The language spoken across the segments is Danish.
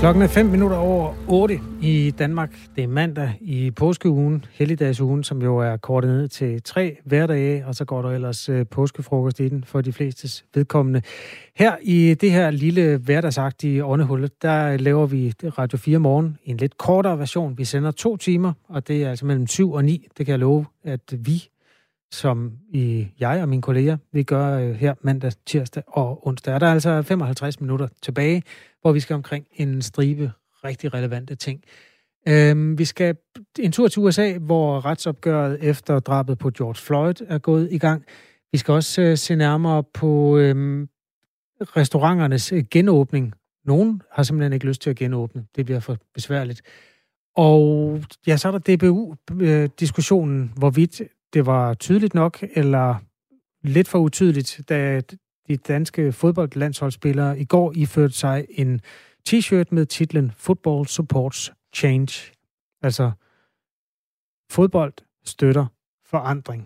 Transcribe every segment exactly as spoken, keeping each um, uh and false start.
Klokken er fem minutter over otte i Danmark. Det er mandag i påskeugen, helligdagsugen, som jo er kortet ned til tre hverdage, og så går der ellers øh, påskefrokost i den for de flestes vedkommende. Her i det her lille hverdagsagtige åndehul, der laver vi Radio fire Morgen i en lidt kortere version. Vi sender to timer, og det er altså mellem syv og ni. Det kan jeg love, at vi, som i jeg og mine kolleger, vi gør øh, her mandag, tirsdag og onsdag. Og der er altså femoghalvtreds minutter tilbage, hvor vi skal omkring en stribe rigtig relevante ting. Øhm, vi skal en tur til U S A, hvor retsopgøret efter drabet på George Floyd er gået i gang. Vi skal også øh, se nærmere på øh, restauranternes øh, genåbning. Nogen har simpelthen ikke lyst til at genåbne. Det bliver for besværligt. Og ja, så er der D B U-diskussionen, øh, hvorvidt det var tydeligt nok, eller lidt for utydeligt, da de danske fodboldlandsholdsspillere i går iførte sig en t-shirt med titlen Football Supports Change. Altså, fodbold støtter forandring.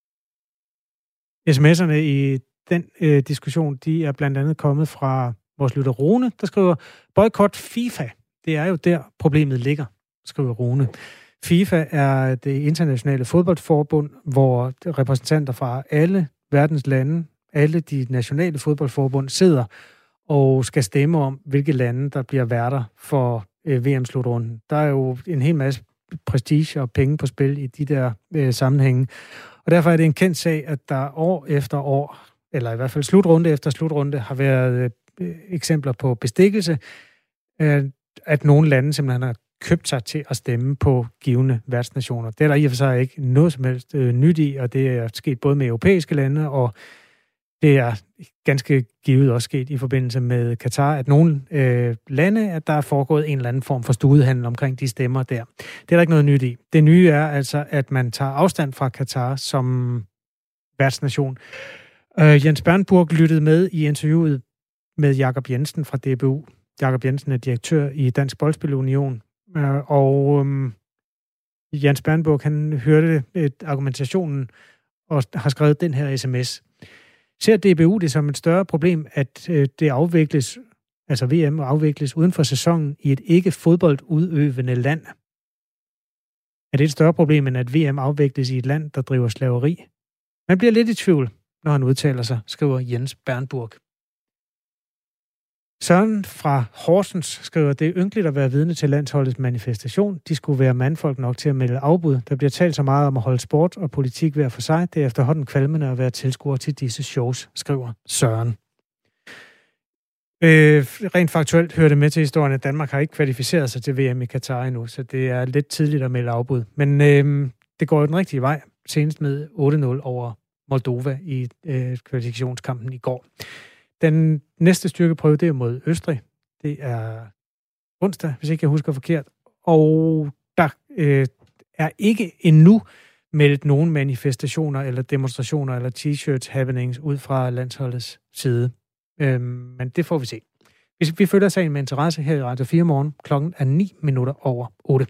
sms'erne i den øh, diskussion, de er blandt andet kommet fra vores lytter Rune, der skriver, boykot FIFA. Det er jo der, problemet ligger, skriver Rune. FIFA er det internationale fodboldforbund, hvor repræsentanter fra alle verdens lande, alle de nationale fodboldforbund sidder og skal stemme om, hvilke lande, der bliver værter for øh, V M-slutrunden. Der er jo en hel masse prestige og penge på spil i de der øh, sammenhænge. Og derfor er det en kendt sag, at der år efter år, eller i hvert fald slutrunde efter slutrunde, har været øh, eksempler på bestikkelse, øh, at nogle lande simpelthen har købt sig til at stemme på givne værtsnationer. Det er der i og for sig ikke noget som helst øh, nyt i, og det er sket både med europæiske lande, og det er ganske givet også sket i forbindelse med Katar, at nogle øh, lande, at der er foregået en eller anden form for studehandel omkring de stemmer der. Det er der ikke noget nyt i. Det nye er altså, at man tager afstand fra Katar som værtsnation. Øh, Jens Bernburg lyttede med i interviewet med Jakob Jensen fra D B U. Jakob Jensen er direktør i Dansk Boldspilunion, øh, og øh, Jens Bernburg, han hørte et argumentationen og har skrevet den her sms. Ser D B U det som et større problem, at øh, det afvikles, altså V M afvikles uden for sæsonen i et ikke-fodboldudøvende land? Er det et større problem, end at V M afvikles i et land, der driver slaveri? Man bliver lidt i tvivl, når han udtaler sig, skriver Jens Bernburg. Søren fra Horsens skriver, det er ynkeligt at være vidne til landsholdets manifestation. De skulle være mandfolk nok til at melde afbud. Der bliver talt så meget om at holde sport og politik hver for sig. Det er efterhånden kvalmende at være tilskuer til disse shows, skriver Søren. Øh, rent faktuelt hører det med til historien, at Danmark har ikke kvalificeret sig til V M i Katar endnu, så det er lidt tidligt at melde afbud. Men øh, det går jo den rigtige vej, senest med otte nul over Moldova i øh, kvalifikationskampen i går. Den næste styrkeprøve, det er mod Østrig. Det er onsdag, hvis ikke jeg husker forkert. Og der øh, er ikke endnu meldt nogen manifestationer eller demonstrationer eller t-shirts happenings ud fra landsholdets side. Øhm, men det får vi se. Vi, vi følger sagen med interesse her i Radio fire Morgen. Klokken er ni minutter over otte.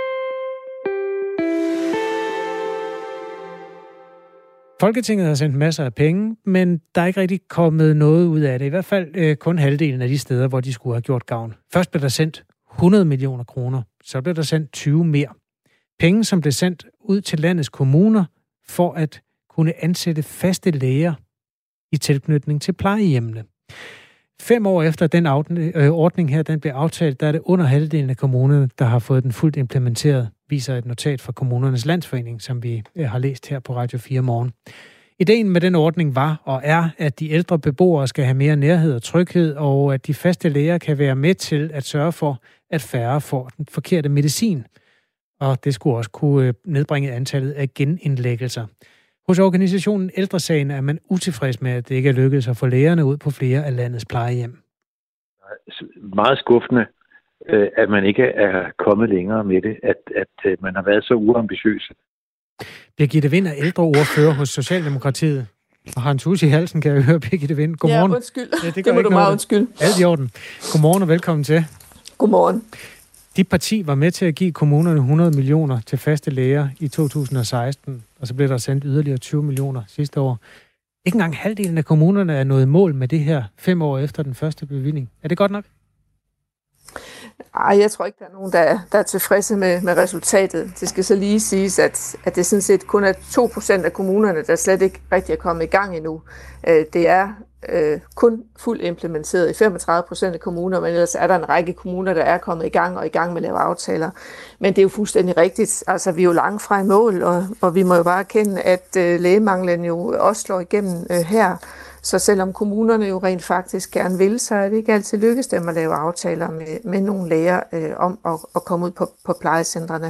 Folketinget har sendt masser af penge, men der er ikke rigtig kommet noget ud af det. I hvert fald øh, kun halvdelen af de steder, hvor de skulle have gjort gavn. Først blev der sendt hundrede millioner kroner, så blev der sendt tyve mere. Penge, som blev sendt ud til landets kommuner for at kunne ansætte faste læger i tilknytning til plejehjemmene. Fem år efter den ordning her, den blev aftalt, der er det under halvdelen af kommunerne, der har fået den fuldt implementeret, viser et notat fra Kommunernes Landsforening, som vi har læst her på Radio fire Morgen. Ideen med den ordning var og er, at de ældre beboere skal have mere nærhed og tryghed, og at de faste læger kan være med til at sørge for, at færre får den forkerte medicin. Og det skulle også kunne nedbringe antallet af genindlæggelser. Hos organisationen Ældresagen er man utilfreds med, at det ikke er lykkedes at få lægerne ud på flere af landets plejehjem. Meget skuffende, at man ikke er kommet længere med det, at, at man har været så uambitiøs. Birgitte Vind er ældreordfører hos Socialdemokratiet. Og har en tus i halsen, kan jeg høre, Birgitte Vind. Godmorgen. Ja, undskyld. Ja, det, det må du meget undskylde. Alt i orden. Godmorgen og velkommen til. Godmorgen. Dit parti var med til at give kommunerne hundrede millioner til faste læger i to tusind og seksten, og så blev der sendt yderligere tyve millioner sidste år. Ikke engang halvdelen af kommunerne er nået mål med det her fem år efter den første bevilling. Er det godt nok? Ej, jeg tror ikke, der er nogen, der er, der er tilfredse med, med resultatet. Det skal så lige siges, at, at det sådan set kun er to procent af kommunerne, der slet ikke rigtig er kommet i gang endnu. Det er øh, kun fuldt implementeret i femogtredive procent af kommuner, men ellers er der en række kommuner, der er kommet i gang og i gang med at lave aftaler. Men det er jo fuldstændig rigtigt. Altså, vi er jo langt fra i mål, og, og vi må jo bare erkende, at øh, lægemanglen jo også slår igennem øh, her. Så selvom kommunerne jo rent faktisk gerne vil, så er det ikke altid lykkes dem at lave aftaler med, med nogle læger øh, om at, at komme ud på, på plejecentrene.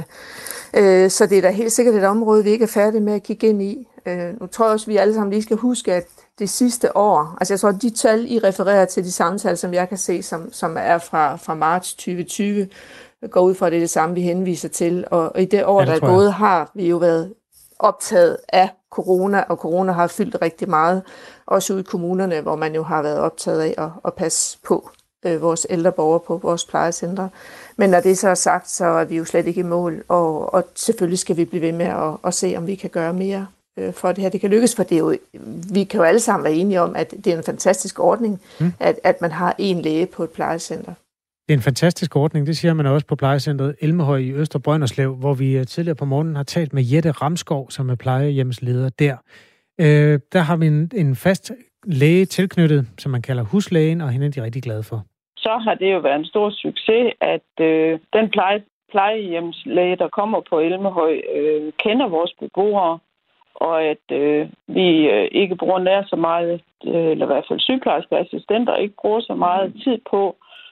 Øh, så det er da helt sikkert et område, vi ikke er færdige med at kigge ind i. Øh, nu tror jeg også, at vi alle sammen lige skal huske, at det sidste år, altså jeg tror, at de tal, I refererer til, de samtaler, som jeg kan se, som, som er fra, fra marts tyve tyve, går ud fra, at det er det samme, vi henviser til. Og, og i det år, ja, det der er gået, har vi jo været optaget af corona, og corona har fyldt rigtig meget, også ude i kommunerne, hvor man jo har været optaget af at, at passe på øh, vores ældre borgere på vores plejecentre. Men når det så er sagt, så er vi jo slet ikke i mål, og, og selvfølgelig skal vi blive ved med at, at se, om vi kan gøre mere øh, for det her. Det kan lykkes, for det er jo, vi kan jo alle sammen være enige om, at det er en fantastisk ordning, mm. at, at man har én læge på et plejecenter. Det er en fantastisk ordning, det siger man også på plejecentret Elmehøj i Øster Brønderslev, hvor vi tidligere på morgenen har talt med Jette Ramskov, som er plejehjemsleder der. Øh, der har vi en, en fast læge tilknyttet, som man kalder huslægen, og hende er de rigtig glade for. Så har det jo været en stor succes, at øh, den pleje, plejehjemslæge, der kommer på Elmehøj, øh, kender vores beboere, og at øh, vi øh, ikke bruger nær så meget, øh, eller i hvert fald sygeplejersker og assistenter, ikke bruger så meget tid på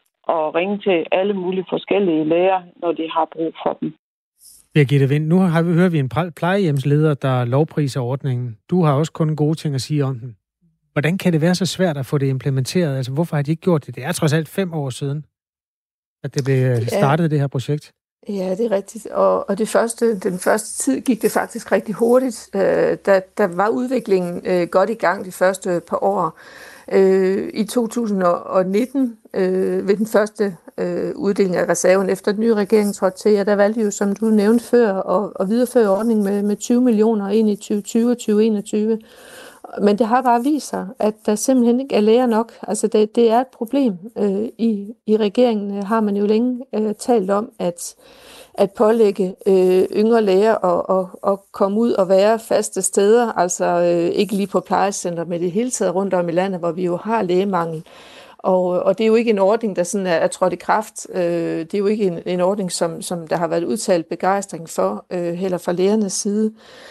og ringe til alle mulige forskellige læger, når de har brug for dem. Birgitte Vind, nu har vi, hører vi en plejehjemsleder, der lovpriser ordningen. Du har også kun gode ting at sige om den. Hvordan kan det være så svært at få det implementeret? Altså, hvorfor har de ikke gjort det? Det er trods alt fem år siden, at det blev startet, ja, det her projekt. Ja, det er rigtigt. Og, og det første, den første tid gik det faktisk rigtig hurtigt. Øh, der, der var udviklingen øh, godt i gang de første par år. Øh, I to tusind og nitten, øh, ved den første øh, uddeling af reserven efter den nye regering trådte til, ja, der valgte jo, som du nævnte før, at, at videreføre ordningen med, med tyve millioner ind i tyve tyve og tyve enogtyve. Men det har bare vist sig, at der simpelthen ikke er læger nok. Altså det, det er et problem. Øh, i, I regeringen har man jo længe øh, talt om, at, at pålægge øh, yngre læger og, og, og komme ud og være faste steder, altså øh, ikke lige på plejecenter, men det hele taget rundt om i landet, hvor vi jo har lægemangel. Og, og det er jo ikke en ordning, der sådan er, er trådt i kraft. Øh, det er jo ikke en, en ordning, som, som der har været udtalt begejstring for, øh, heller fra lægernes side.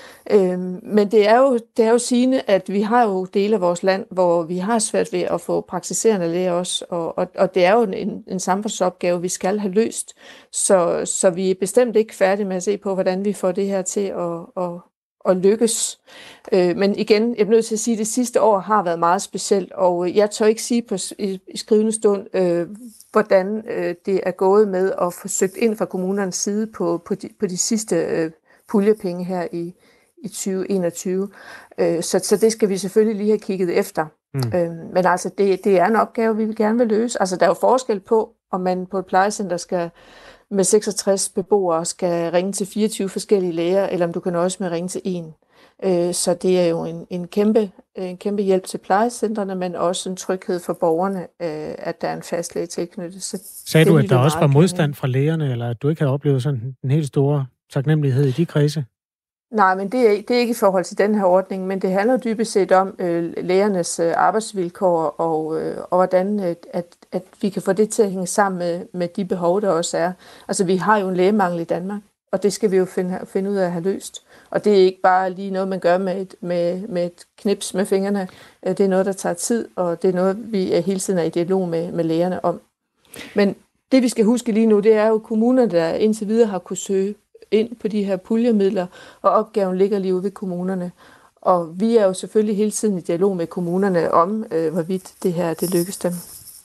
Øhm, men det er jo det er jo sigende, at vi har jo dele af vores land, hvor vi har svært ved at få praktiserende læger også, og, og, og det er jo en, en samfundsopgave, vi skal have løst. Så, så vi er bestemt ikke færdige med at se på, hvordan vi får det her til at, at, at lykkes. Øh, men igen, jeg er nødt til at sige, at det sidste år har været meget specielt, og jeg tør ikke sige på, i, i skrivende stund, øh, hvordan øh, det er gået med at få søgt ind fra kommunernes side på, på, de, på de sidste øh, puljepenge her i i tyve enogtyve. Øh, så, så det skal vi selvfølgelig lige have kigget efter. Mm. Øh, men altså, det, det er en opgave, vi vil gerne vil løse. Altså, der er jo forskel på, om man på et plejecenter skal med seksogtres beboere skal ringe til fireogtyve forskellige læger, eller om du kan nøjes med at ringe til en. Øh, så det er jo en, en, kæmpe, en kæmpe hjælp til plejecentrene, men også en tryghed for borgerne, øh, at der er en fast læge tilknyttet. Så sagde du, at der også var modstand fra lægerne, eller at du ikke havde oplevet sådan en helt stor taknemmelighed i de kredse? Nej, men det er, det er ikke i forhold til den her ordning, men det handler dybest set om øh, lægernes øh, arbejdsvilkår og, øh, og hvordan øh, at, at vi kan få det til at hænge sammen med, med de behov, der også er. Altså, vi har jo en lægemangel i Danmark, og det skal vi jo finde, finde ud af at have løst. Og det er ikke bare lige noget, man gør med et, med, med et knips med fingrene. Det er noget, der tager tid, og det er noget, vi er hele tiden er i dialog med, med lægerne om. Men det, vi skal huske lige nu, det er jo kommunerne, der indtil videre har kunnet søge ind på de her puljemidler, og opgaven ligger lige ude ved kommunerne. Og vi er jo selvfølgelig hele tiden i dialog med kommunerne om, øh, hvorvidt det her det lykkes dem.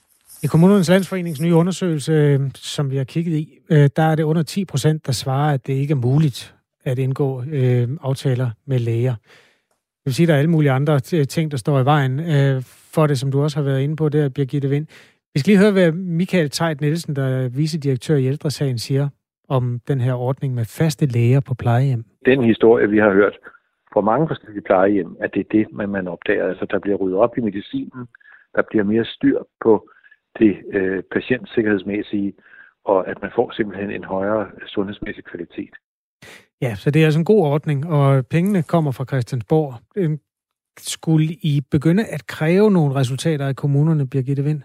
I Kommunernes Landsforenings nye undersøgelse, øh, som vi har kigget i, øh, der er det under ti procent, der svarer, at det ikke er muligt at indgå øh, aftaler med læger. Det vil sige, at der er alle mulige andre ting, der står i vejen øh, for det, som du også har været inde på der, Birgitte Vind. Vi skal lige høre, hvad Michael Tejt Nielsen, der er vicedirektør i Ældresagen, siger om den her ordning med faste læger på plejehjem. Den historie, vi har hørt fra mange forskellige plejehjem, at det er det, man, man opdager. Altså, der bliver ryddet op i medicinen, der bliver mere styr på det øh, patientsikkerhedsmæssige, og at man får simpelthen en højere sundhedsmæssig kvalitet. Ja, så det er altså en god ordning, og pengene kommer fra Christiansborg. Skulle I begynde at kræve nogle resultater af kommunerne, Birgitte Vind?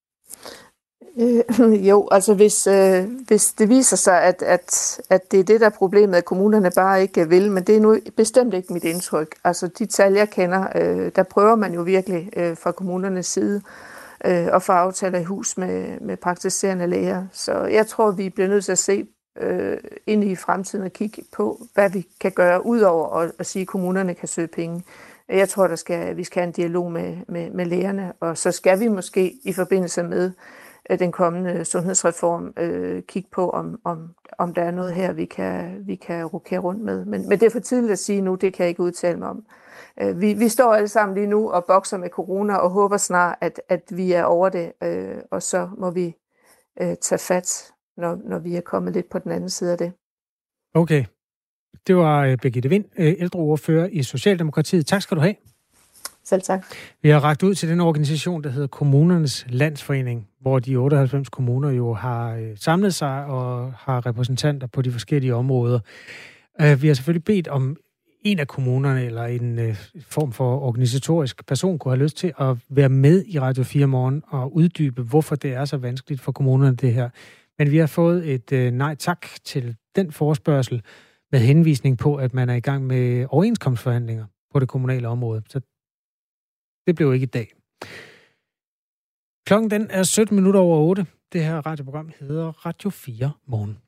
Øh, jo, altså hvis, øh, hvis det viser sig, at, at, at det er det, der er problemet, at kommunerne bare ikke vil, men det er nu bestemt ikke mit indtryk. Altså de tal, jeg kender, øh, der prøver man jo virkelig øh, fra kommunernes side øh, at få aftaler i hus med, med praktiserende læger. Så jeg tror, vi bliver nødt til at se øh, ind i fremtiden og kigge på, hvad vi kan gøre, udover at, at sige, at kommunerne kan søge penge. Jeg tror, der skal, vi skal have en dialog med, med, med lægerne, og så skal vi måske i forbindelse med den kommende sundhedsreform øh, kigge på, om, om, om der er noget her, vi kan, vi kan rokere rundt med. Men, men det er for tidligt at sige nu, det kan jeg ikke udtale mig om. Øh, vi, vi står alle sammen lige nu og bokser med corona og håber snart, at, at vi er over det, øh, og så må vi øh, tage fat, når, når vi er kommet lidt på den anden side af det. Okay. Det var Birgitte Vind, ældreordfører i Socialdemokratiet. Tak skal du have. Selv tak. Vi har rakt ud til den organisation, der hedder Kommunernes Landsforening, hvor de otteoghalvfems kommuner jo har samlet sig og har repræsentanter på de forskellige områder. Vi har selvfølgelig bedt om en af kommunerne eller en form for organisatorisk person kunne have lyst til at være med i Radio fire Morgen og uddybe, hvorfor det er så vanskeligt for kommunerne det her. Men vi har fået et nej tak til den forespørgsel med henvisning på, at man er i gang med overenskomstforhandlinger på det kommunale område. Så det blev ikke i dag. Klokken den er sytten minutter over otte. Det her radioprogram hedder Radio fire Morgen.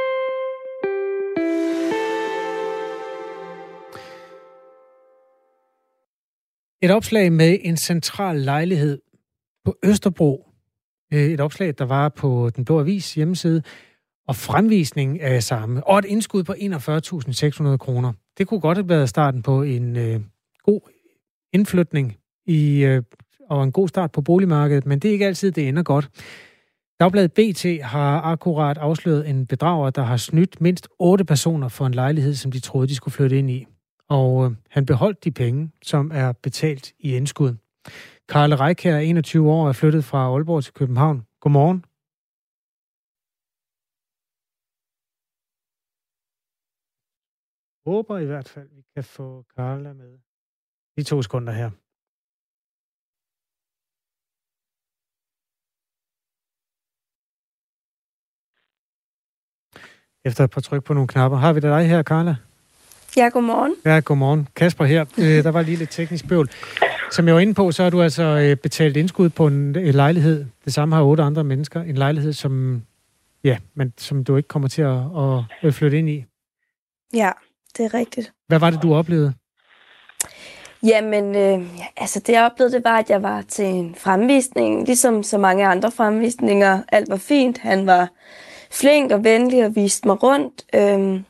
Et opslag med en central lejlighed på Østerbro. Et opslag, der var på Den Blå Avis hjemmeside, og fremvisning af samme. Og et indskud på enogfyrre tusind seks hundrede kroner. Det kunne godt have været starten på en øh, god indflytning i, øh, og en god start på boligmarkedet, men det er ikke altid, det ender godt. Dagbladet B T har akkurat afsløret en bedrager, der har snydt mindst otte personer for en lejlighed, som de troede, de skulle flytte ind i. Og øh, han beholdt de penge, som er betalt i indskud. Karl Reikær er enogtyve år og er flyttet fra Aalborg til København. Godmorgen. Jeg håber i hvert fald, vi kan få Karla med. De to sekunder her. Efter et par tryk på nogle knapper. Har vi da dig her, Karla? Ja, godmorgen. Ja, godmorgen. Kasper her. Der var lige lidt teknisk bøvl. Som jeg var inde på, så har du altså betalt indskud på en lejlighed. Det samme har otte andre mennesker. En lejlighed, som, ja, men, som du ikke kommer til at, at flytte ind i. Ja, det er rigtigt. Hvad var det, du oplevede? Jamen, øh, altså det jeg oplevede, det var, at jeg var til en fremvisning, ligesom så mange andre fremvisninger. Alt var fint. Han var flink og venlig og viste mig rundt. Øhm,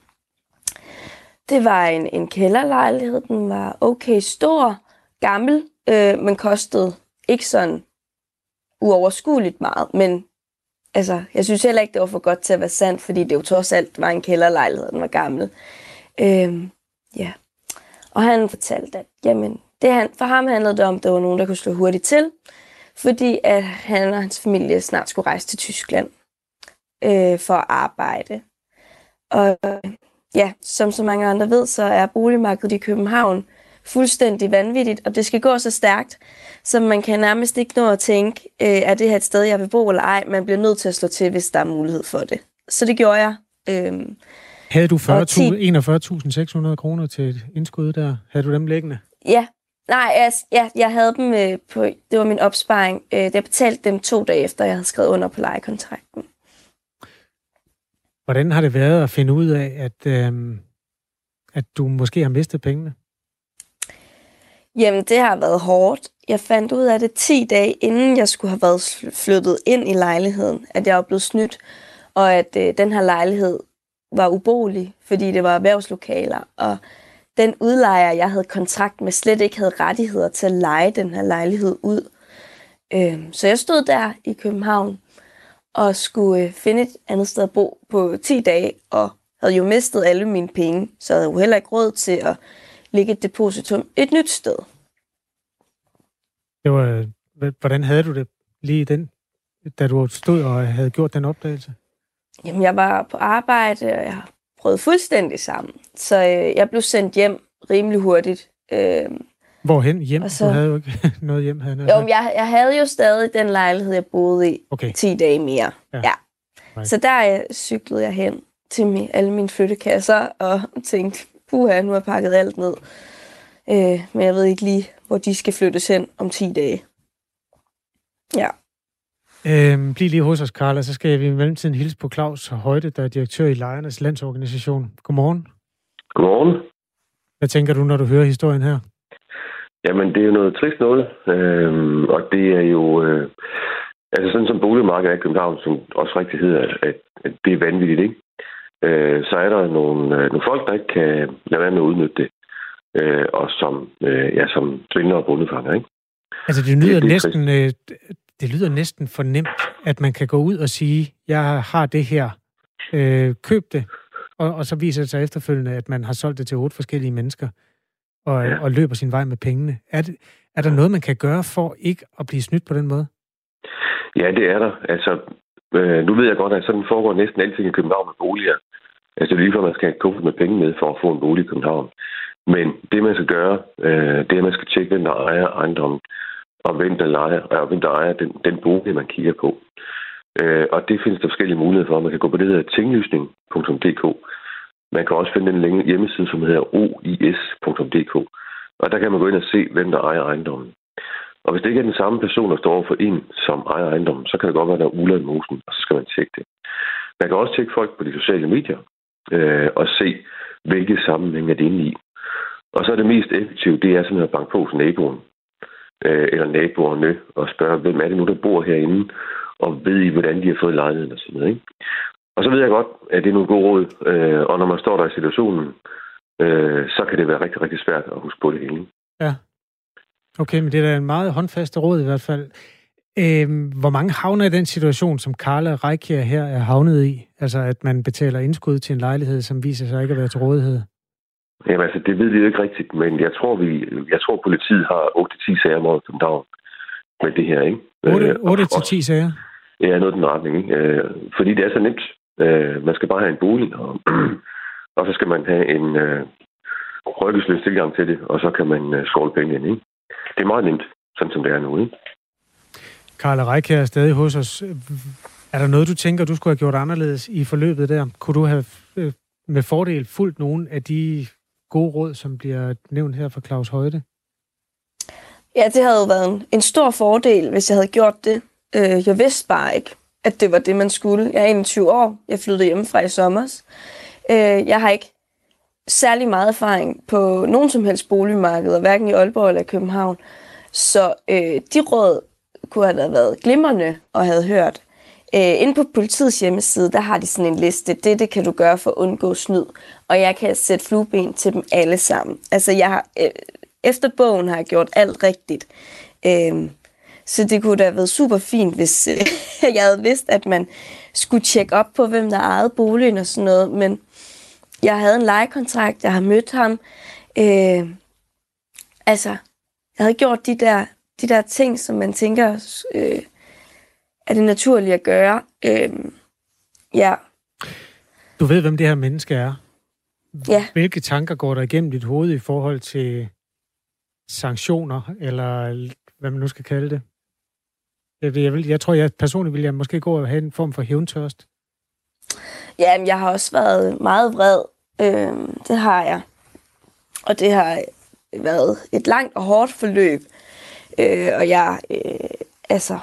det var en, en kælderlejlighed. Den var okay stor, gammel, øh, men kostede ikke sådan uoverskueligt meget. Men altså, jeg synes heller ikke, det var for godt til at være sandt, fordi det jo trods alt var en kælderlejlighed, den var gammel. Øhm, ja. Og han fortalte, at jamen, det han, for ham handlede det om, at der var nogen, der kunne slå hurtigt til, fordi at han og hans familie snart skulle rejse til Tyskland øh, for at arbejde. Og ja, som så mange andre ved, så er boligmarkedet i København fuldstændig vanvittigt, og det skal gå så stærkt, så man kan nærmest ikke nå at tænke, øh, er det her et sted, jeg vil bo eller ej? Man bliver nødt til at slå til, hvis der er mulighed for det. Så det gjorde jeg. Øh, Havde du enogfyrre tusind seks hundrede kroner til et indskud der? Havde du dem liggende? Ja. Nej, jeg, jeg, jeg havde dem øh, på... Det var min opsparing. Øh, jeg betalte dem to dage efter, jeg havde skrevet under på lejekontrakten. Hvordan har det været at finde ud af, at, øh, at du måske har mistet pengene? Jamen, det har været hårdt. Jeg fandt ud af det ti dage, inden jeg skulle have været flyttet ind i lejligheden, at jeg var blevet snydt, og at øh, den her lejlighed var uboelig, fordi det var erhvervslokaler, og den udlejer, jeg havde kontrakt med, slet ikke havde rettigheder til at leje den her lejlighed ud. Øhm, så jeg stod der i København og skulle øh, finde et andet sted at bo på ti dage, og havde jo mistet alle mine penge, så jeg havde jo heller ikke råd til at lægge et depositum et nyt sted. Det var, hvordan havde du det lige den, da du stod og havde gjort den opdagelse? Jamen, jeg var på arbejde, og jeg brød fuldstændig sammen. Så øh, jeg blev sendt hjem rimelig hurtigt. Øh, Hvorhen? Hjem? så, du havde jo ikke noget hjem. Havde jo, jeg, jeg havde jo stadig den lejlighed, jeg boede i okay. ti dage mere. Ja. Ja. Right. Så der øh, cyklede jeg hen til mi, alle mine flyttekasser og tænkte, puha, nu har jeg pakket alt ned. Øh, men jeg ved ikke lige, hvor de skal flyttes hen om ti dage. Ja. Øhm, bliv lige hos os, Carla, så skal vi i mellemtiden hilse på Claus Højde, der er direktør i Lejernes Landsorganisation. Godmorgen. Godmorgen. Hvad tænker du, når du hører historien her? Jamen, det er jo noget trist noget, øhm, og det er jo... Øh, altså sådan som boligmarkedet er i København, som også rigtig hedder, at, at det er vanvittigt, ikke? Øh, så er der nogle, øh, nogle folk, der ikke kan lade være med at udnytte det, øh, og som, øh, ja, som tvinger og bundefanger, ikke? Altså, det lyder, det, det næsten, øh, det lyder næsten for nemt, at man kan gå ud og sige, jeg har det her, øh, køb det, og, og så viser det sig efterfølgende, at man har solgt det til otte forskellige mennesker, og, ja. og løber sin vej med pengene. Er, det, er der noget, man kan gøre for ikke at blive snydt på den måde? Ja, det er der. Altså, øh, nu ved jeg godt, at sådan foregår næsten alting i København med boliger. Altså, lige før man skal have kuffert med penge med for at få en bolig i København. Men det, man skal gøre, øh, det er, at man skal tjekke, hvem der ejer ejendommen, og hvem der ejer, og hvem der ejer den, den bolig, man kigger på. Øh, og det findes der forskellige muligheder for. Man kan gå på det, der hedder tinglysning punktum d k. Man kan også finde en hjemmeside, som hedder o i s punktum d k. Og der kan man gå ind og se, hvem der ejer ejendommen. Og hvis det ikke er den samme person, der står over for en, som ejer ejendommen, så kan det godt være, der er uler i mosen, og så skal man tjekke det. Man kan også tjekke folk på de sociale medier, øh, og se, hvilke sammenhæng er det inde i. Og så er det mest effektive, det er simpelthen at banke på hos naboen, øh, eller naboerne, og spørge, hvem er det nu, der bor herinde, og ved I, hvordan de har fået lejligheden og sådan noget, ikke? Og så ved jeg godt, at det er nogle gode råd, øh, og når man står der i situationen, øh, så kan det være rigtig, rigtig svært at huske på det hele. Ja. Okay, men det er da en meget håndfaste råd i hvert fald. Øhm, hvor mange havner i den situation, som Carla Reikjær her er havnet i? Altså, at man betaler indskud til en lejlighed, som viser sig ikke at være til rådighed? Jamen altså, det ved vi jo ikke rigtigt, men jeg tror, vi, jeg tror politiet har otte til ti sager om året, som der med det her, ikke? otte til ti sager? Ja, noget den retning, ikke? Fordi det er så nemt. Man skal bare have en bolig, og, og så skal man have en øh, ryggesløs tilgang til det, og så kan man øh, skåle penge ind, ikke? Det er meget nemt, sådan som det er nu, ikke? Carla Reikjær er stadig hos os. Er der noget, du tænker, du skulle have gjort anderledes i forløbet der? Kunne du have øh, med fordel fulgt nogle af de gode råd, som bliver nævnt her fra Claus Højde? Ja, det havde jo været en, en stor fordel, hvis jeg havde gjort det. Øh, jeg vidste bare ikke, at det var det, man skulle. Jeg er enogtyve år. Jeg flyttede hjemmefra i sommers. Øh, jeg har ikke særlig meget erfaring på nogen som helst boligmarkeder, hverken i Aalborg eller i København. Så øh, de råd kunne have været glimrende og havde hørt. Øh, inde på politiets hjemmeside, der har de sådan en liste. Det, det kan du gøre for at undgå snyd. Og jeg kan sætte flueben til dem alle sammen. Altså, jeg har, øh, efter bogen har jeg gjort alt rigtigt. Øh, så det kunne da have været super fint, hvis øh, jeg havde vidst, at man skulle tjekke op på, hvem der ejede boligen og sådan noget. Men jeg havde en lejekontrakt, jeg har mødt ham. Øh, altså, jeg havde gjort de der, de der ting, som man tænker, øh, er det naturligt at gøre. Øh, ja. Du ved, hvem det her menneske er. Ja. Hvilke tanker går der igennem dit hoved i forhold til sanktioner, eller hvad man nu skal kalde det? Jeg, jeg, vil, jeg tror, jeg personligt vil jeg måske gå og have en form for hævntørst. Ja, men jeg har også været meget vred. Øh, det har jeg. Og det har været et langt og hårdt forløb. Øh, og jeg, øh, altså,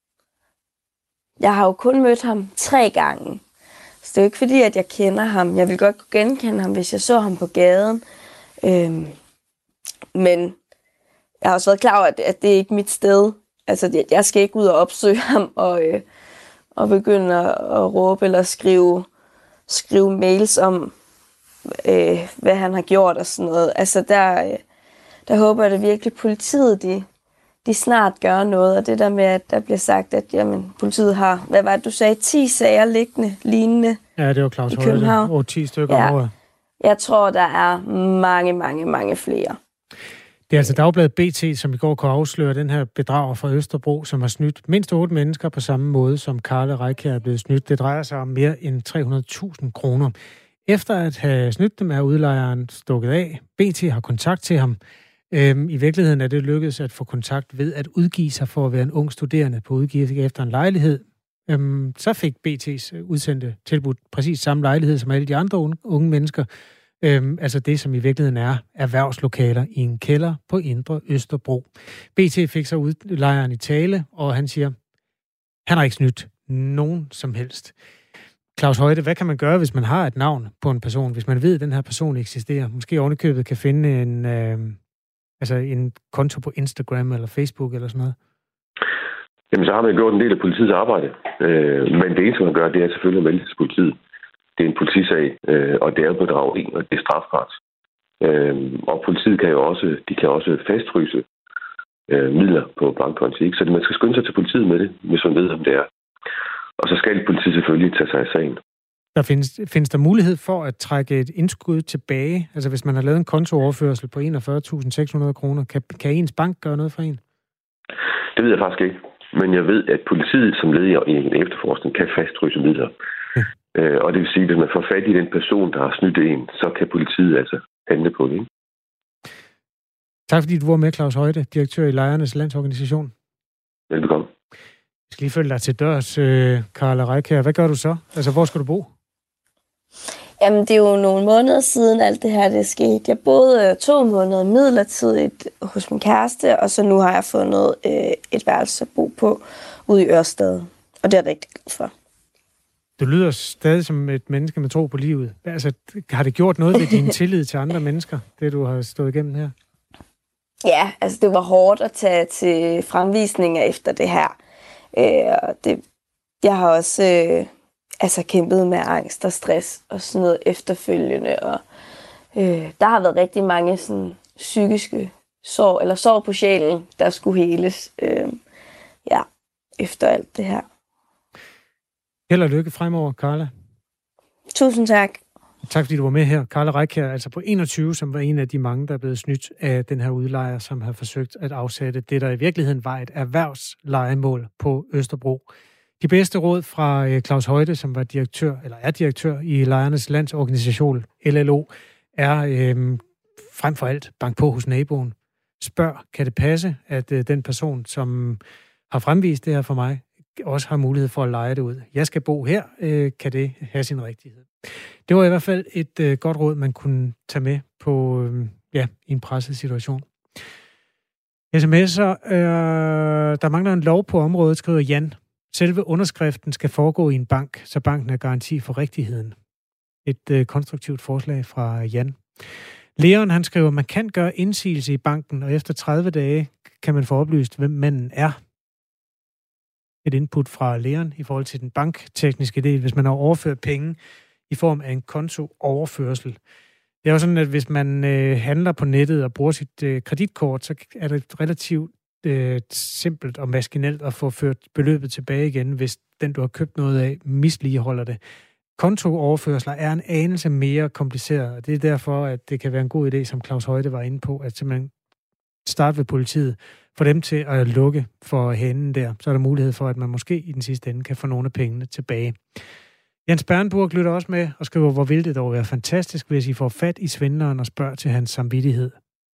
jeg har jo kun mødt ham tre gange. Så det er jo ikke fordi, at jeg kender ham. Jeg vil godt kunne genkende ham, hvis jeg så ham på gaden. Øh, men jeg har også været klar over, at, at det er ikke mit sted. Altså, jeg skal ikke ud og opsøge ham og, øh, og begynde at, at råbe eller skrive, skrive mails om, øh, hvad han har gjort og sådan noget. Altså, der, øh, der håber jeg da virkelig, at politiet, de, de snart gør noget. Og det der med, at der bliver sagt, at jamen, politiet har, hvad var det, du sagde, ti sager liggende, lignende. Ja, det var Claus Højde. Og ti stykker ja. over. Jeg tror, der er mange, mange, mange flere. Det er altså Dagbladet B T, som i går kunne afsløre den her bedrager fra Østerbro, som har snydt mindst otte mennesker på samme måde, som Karla Reikiær er blevet snydt. Det drejer sig om mere end tre hundrede tusind kroner. Efter at have snydt dem, er udlejeren stukket af. B T har kontakt til ham. Øhm, I virkeligheden er det lykkedes at få kontakt ved at udgive sig for at være en ung studerende på udgift efter en lejlighed. Øhm, så fik B T's udsendte tilbudt præcis samme lejlighed som alle de andre unge, unge mennesker. Øhm, altså det, som i virkeligheden er erhvervslokaler i en kælder på Indre Østerbro. B T fik så udlejeren i tale, og han siger, han har ikke snydt nogen som helst. Claus Højde, hvad kan man gøre, hvis man har et navn på en person, hvis man ved, at den her person eksisterer? Måske ovenikøbet kan finde en, øh, altså en konto på Instagram eller Facebook eller sådan noget? Jamen, så har man gjort en del af politiets arbejde. Øh, men det eneste, man gør, det er selvfølgelig at melde til politiet. Det er en politisag, øh, og det er bedrageri, og det er strafbart. Øh, og politiet kan jo også, de kan også fastfryse øh, midler på bankkonti. Så det, man skal skynde sig til politiet med det, hvis man ved, om det er. Og så skal politiet selvfølgelig tage sig af sagen. Der findes, findes der mulighed for at trække et indskud tilbage? Altså hvis man har lavet en kontooverførsel på enogfyrre tusind seks hundrede kroner, kan, kan ens bank gøre noget for en? Det ved jeg faktisk ikke. Men jeg ved, at politiet som led i en efterforskning kan fastfryse midler. Ja. Øh, og det vil sige, at hvis man får fat i den person, der har snydt en, så kan politiet altså handle på det. Ikke? Tak fordi du var med, Claus Højde, direktør i Lejernes Landsorganisation. Velbekomme. Jeg skal lige følge dig til dørs, øh, Karla Reikiær. Hvad gør du så? Altså, hvor skal du bo? Jamen, det er jo nogle måneder siden alt det her, det skete. Jeg boede to måneder midlertidigt hos min kæreste, og så nu har jeg fundet øh, et værelse at bo på ude i Ørsted. Og det er jeg rigtig glad for. Du lyder stadig som et menneske med tro på livet. Altså, har det gjort noget ved din tillid til andre mennesker, det du har stået igennem her? Ja, altså det var hårdt at tage til fremvisninger efter det her. Øh, det, jeg har også øh, altså kæmpet med angst og stress og sådan noget efterfølgende, og øh, der har været rigtig mange sådan psykiske sår, eller sår på sjælen, der skulle heles, øh, ja, efter alt det her. Held og lykke fremover, Karla. Tusind tak. Tak fordi du var med her. Karla Reikiær, altså på enogtyve, som var en af de mange, der er blevet snydt af den her udlejer, som har forsøgt at afsætte det, der i virkeligheden var et erhvervslejemål på Østerbro. De bedste råd fra Claus Højde, som var direktør, eller er direktør i Lejernes Landsorganisation, L L O, er øh, frem for alt bank på hos naboen. Spørg, kan det passe, at øh, den person, som har fremvist det her for mig, også har mulighed for at leje det ud. Jeg skal bo her, øh, kan det have sin rigtighed. Det var i hvert fald et øh, godt råd, man kunne tage med på øh, ja, i en presset situation. sms'er, øh, der mangler en lov på området, skriver Jan. Selve underskriften skal foregå i en bank, så banken er garanti for rigtigheden. Et øh, konstruktivt forslag fra Jan. Leon, han skriver, man kan gøre indsigelse i banken, og efter tredive dage kan man få oplyst, hvem manden er. Et input fra Leon i forhold til den banktekniske del, hvis man har overført penge i form af en kontooverførsel. Det er jo sådan, at hvis man øh, handler på nettet og bruger sit øh, kreditkort, så er det relativt øh, simpelt og maskinelt at få ført beløbet tilbage igen, hvis den, du har købt noget af, misligeholder det. Kontooverførsler er en anelse mere kompliceret, og det er derfor, at det kan være en god idé, som Claus Højde var inde på, at simpelthen starte ved politiet, for dem til at lukke for hænden der, så er der mulighed for, at man måske i den sidste ende kan få nogle af pengene tilbage. Jens Bernburg lytter også med og skriver, hvor ville det dog være fantastisk, hvis I får fat i svindleren og spørger til hans samvittighed.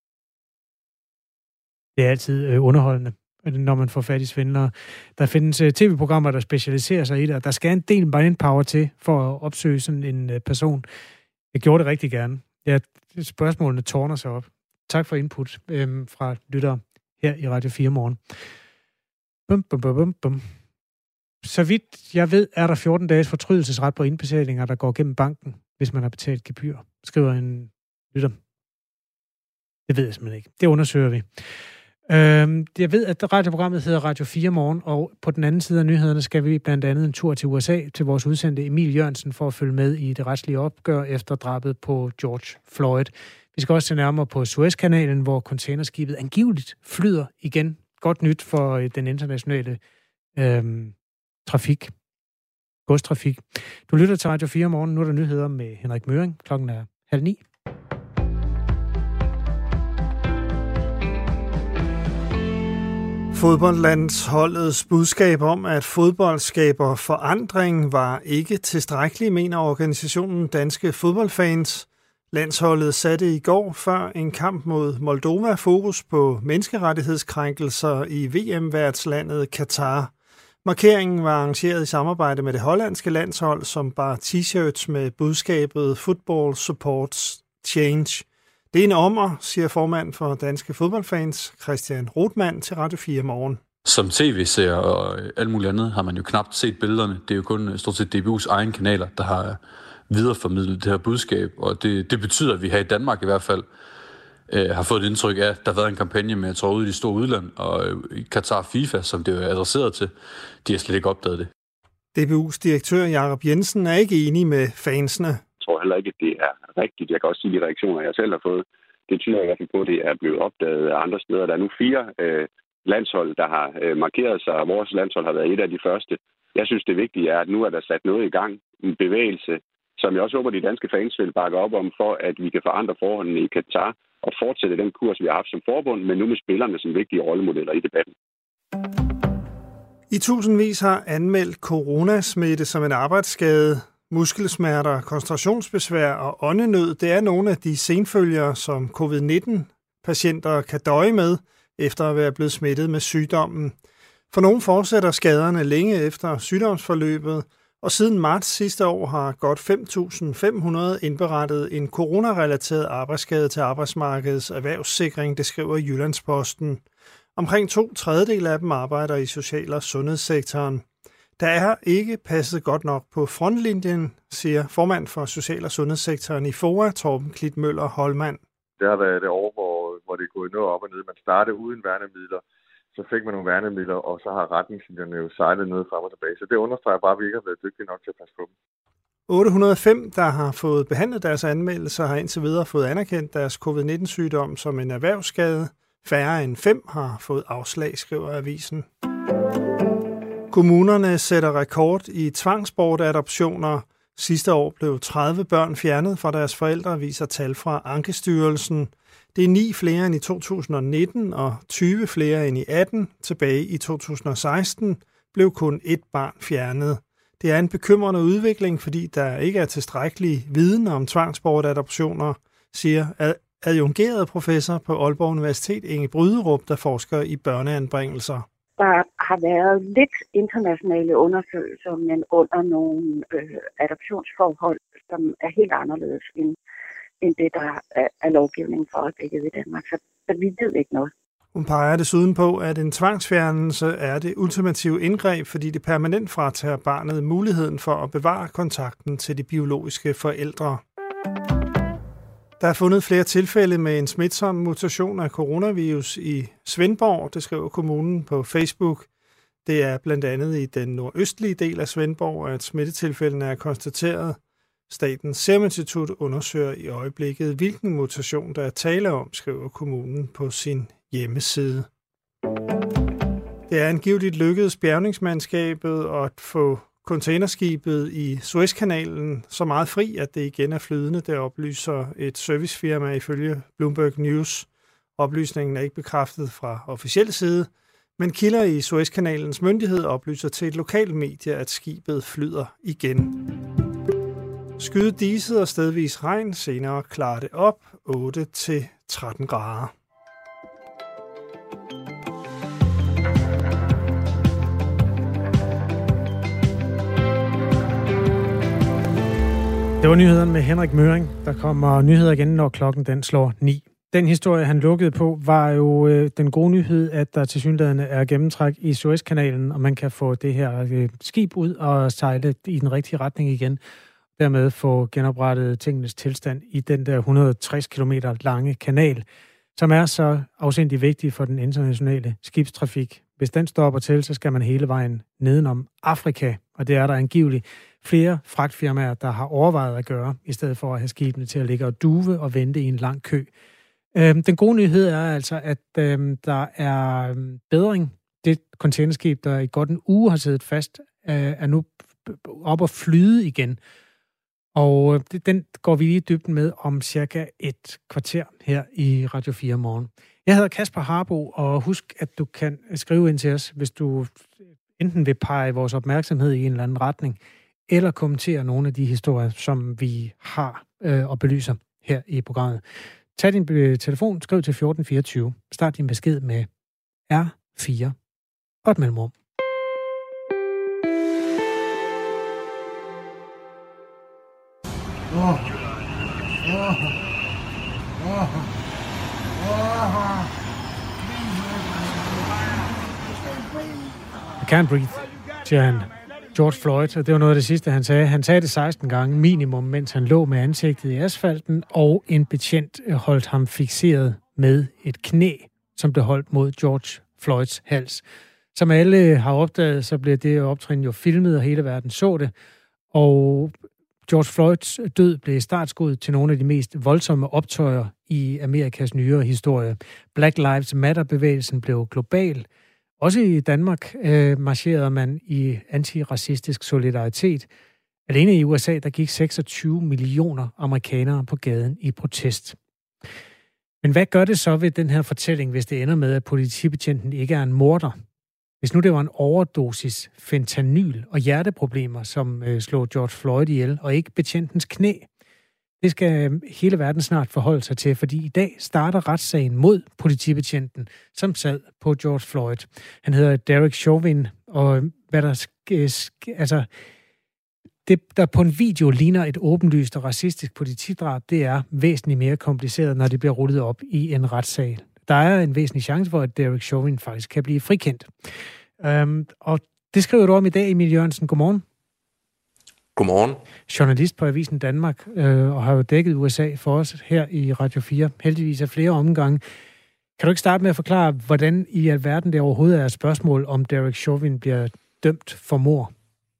Det er altid øh, underholdende, når man får fat i svindlere. Der findes øh, tv-programmer, der specialiserer sig i det, og der skal en del manpower til for at opsøge sådan en øh, person. Jeg gjorde det rigtig gerne. Ja, spørgsmålene tårner sig op. Tak for input øh, fra lyttere her i Radio fire Morgen. Bum, bum, bum, bum, bum. Så vidt jeg ved, er der fjorten dages fortrydelsesret på indbetalinger, der går gennem banken, hvis man har betalt gebyr, skriver en lytter. Det ved jeg simpelthen ikke. Det undersøger vi. Øhm, jeg ved, at radioprogrammet hedder Radio fire Morgen, og på den anden side af nyhederne skal vi blandt andet en tur til U S A til vores udsendte Emil Jørgensen for at følge med i det retslige opgør efter drabet på George Floyd. Vi skal også se nærmere på Suezkanalen, hvor containerskibet angiveligt flyder igen. Godt nyt for den internationale øhm, trafik, godstrafik. Du lytter til Radio fire Morgen. Nu er der nyheder med Henrik Møring. Klokken er halv ni. Fodboldlandsholdets budskab om, at fodbold skaber forandring, var ikke tilstrækkeligt, mener organisationen Danske Fodboldfans. Landsholdet satte i går før en kamp mod Moldova fokus på menneskerettighedskrænkelser i V M-værtslandet Katar. Markeringen var arrangeret i samarbejde med det hollandske landshold, som bar t-shirts med budskabet Football Supports Change. Det er en ommer, siger formand for Danske Fodboldfans, Christian Rothmann, til Radio fire Morgen. Som tv-seer og alt muligt andet har man jo knap set billederne. Det er jo kun stort set D B U's egen kanaler, der har videreformidlet det her budskab. Og det, det betyder, at vi her i Danmark i hvert fald øh, har fået et indtryk af, at der har været en kampagne med, jeg tror, ude i de store udland, og øh, Qatar FIFA, som det er adresseret til, de har slet ikke opdaget det. D B U's direktør Jakob Jensen er ikke enig med fansene. Jeg tror heller ikke, at det er rigtigt. Jeg kan også sige, de reaktioner, jeg selv har fået, det tyder i hvert fald på, at det er blevet opdaget andre steder. Der er nu fire øh, landshold, der har øh, markeret sig, og vores landshold har været et af de første. Jeg synes, det vigtige er, at nu er der sat noget i gang, en bevægelse, som jeg også håber, de danske fans vil bakke op om, for at vi kan forandre forholdene i Katar og fortsætte den kurs, vi har haft som forbund, men nu med spillerne som vigtige rollemodeller i debatten. I tusindvis har anmeldt coronasmitte som en arbejdsskade. Muskelsmerter, koncentrationsbesvær og åndenød, det er nogle af de senfølger, som covid nitten-patienter kan døje med, efter at være blevet smittet med sygdommen. For nogle fortsætter skaderne længe efter sygdomsforløbet, og siden marts sidste år har godt fem tusind fem hundrede indberettet en coronarelateret arbejdsskade til Arbejdsmarkedets Erhvervssikring, det skriver Jyllandsposten. Omkring to tredjedel af dem arbejder i social- og sundhedssektoren. Der er ikke passet godt nok på frontlinjen, siger formand for social- og sundhedssektoren i F O A, Torben Klitmøller Holmand. Det har været det år, hvor, hvor det er gået noget op og ned. Man startede uden værnemidler, så fik man nogle værnemidler, og så har retningslinjerne jo sejlet noget frem og tilbage. Så det understreger bare, at vi ikke har været dygtige nok til at passe på dem. otte hundrede og fem, der har fået behandlet deres anmeldelser, har indtil videre fået anerkendt deres covid nitten-sygdom som en erhvervsskade. Færre end fem har fået afslag, skriver avisen. Kommunerne sætter rekord i tvangsbortadoptioner. Sidste år blev tredive børn fjernet fra deres forældre, viser tal fra Ankestyrelsen. Det er ni flere end i to tusind og nitten og tyve flere end i atten. Tilbage i to tusind og seksten blev kun ét barn fjernet. Det er en bekymrende udvikling, fordi der ikke er tilstrækkelig viden om tvangsbortadoptioner, siger adjungeret professor på Aalborg Universitet Inge Bryderup, der forsker i børneanbringelser. Der har været lidt internationale undersøgelser, men under nogle øh, adoptionsforhold, som er helt anderledes end, end det, der er, er lovgivningen for øjeblikket i Danmark. Så, så vi ved ikke noget. Hun peger desuden på, at en tvangsfjernelse er det ultimative indgreb, fordi det permanent fratager barnet muligheden for at bevare kontakten til de biologiske forældre. Der er fundet flere tilfælde med en smitsom mutation af coronavirus i Svendborg, det skriver kommunen på Facebook. Det er blandt andet i den nordøstlige del af Svendborg, at smittetilfældene er konstateret. Statens Serum Institut undersøger i øjeblikket, hvilken mutation der er tale om, skriver kommunen på sin hjemmeside. Det er angiveligt lykkedes bjergningsmandskabet at få containerskibet i Suezkanalen så meget fri, at det igen er flydende. Det oplyser et servicefirma ifølge Bloomberg News. Oplysningen er ikke bekræftet fra officiel side, men kilder i Suezkanalens myndighed oplyser til et lokalt medie, at skibet flyder igen. Skyde diset og stedvis regn, senere klarer det op otte til tretten grader. Det var nyhederne med Henrik Møring. Der kommer nyheder igen, når klokken den slår ni. Den historie, han lukkede på, var jo øh, den gode nyhed, at der tilsyneladende er gennemtræk i Suezkanalen, og man kan få det her øh, skib ud og sejle i den rigtige retning igen. Dermed få genoprettet tingenes tilstand i den der et hundrede og tres kilometer lange kanal, som er så afsindig vigtig for den internationale skibstrafik. Hvis den stopper til, så skal man hele vejen nedenom Afrika, og det er der angiveligt flere fragtfirmaer, der har overvejet at gøre, i stedet for at have skibene til at ligge og duve og vente i en lang kø. Øhm, den gode nyhed er altså, at øhm, der er bedring. Det containerskib, der i godt en uge har siddet fast, øh, er nu op at flyde igen. Og den går vi lige i dybden med om cirka et kvarter her i Radio fire Morgen. Jeg hedder Kasper Harbo, og husk, at du kan skrive ind til os, hvis du enten vil pege vores opmærksomhed i en eller anden retning, eller kommentere nogle af de historier, som vi har øh, og belyser her i programmet. Tag din øh, telefon, skriv til fjorten fireogtyve, start din besked med R fire og et mellemrum. Oh. Oh. Oh. Oh. I can't breathe, siger han. George Floyd, og det var noget af det sidste, han sagde. Han sagde det seksten gange minimum, mens han lå med ansigtet i asfalten, og en betjent holdt ham fikseret med et knæ, som blev holdt mod George Floyds hals. Som alle har opdaget, så blev det optrin jo filmet, og hele verden så det. Og George Floyds død blev startskud til nogle af de mest voldsomme optøjer i Amerikas nyere historie. Black Lives Matter-bevægelsen blev global. Også i Danmark øh, marcherede man i antiracistisk solidaritet. Alene i U S A, der gik seksogtyve millioner amerikanere på gaden i protest. Men hvad gør det så ved den her fortælling, hvis det ender med, at politibetjenten ikke er en morder? Hvis nu det var en overdosis fentanyl og hjerteproblemer, som øh, slog George Floyd ihjel, og ikke betjentens knæ, det skal hele verden snart forholde sig til, fordi i dag starter retssagen mod politibetjenten, som sad på George Floyd. Han hedder Derek Chauvin, og hvad der sk- altså det, der på en video ligner et åbenlyst og racistisk politidrab, det er væsentligt mere kompliceret, når det bliver rullet op i en retssag. Der er en væsentlig chance for, at Derek Chauvin faktisk kan blive frikendt. Um, og det skriver du om i dag, Emil Jørgensen. Godmorgen. Godmorgen. Journalist på Avisen Danmark, øh, og har jo dækket U S A for os her i Radio fire. Heldigvis af flere omgange. Kan du ikke starte med at forklare, hvordan i alverden det overhovedet er et spørgsmål, om Derek Chauvin bliver dømt for mord?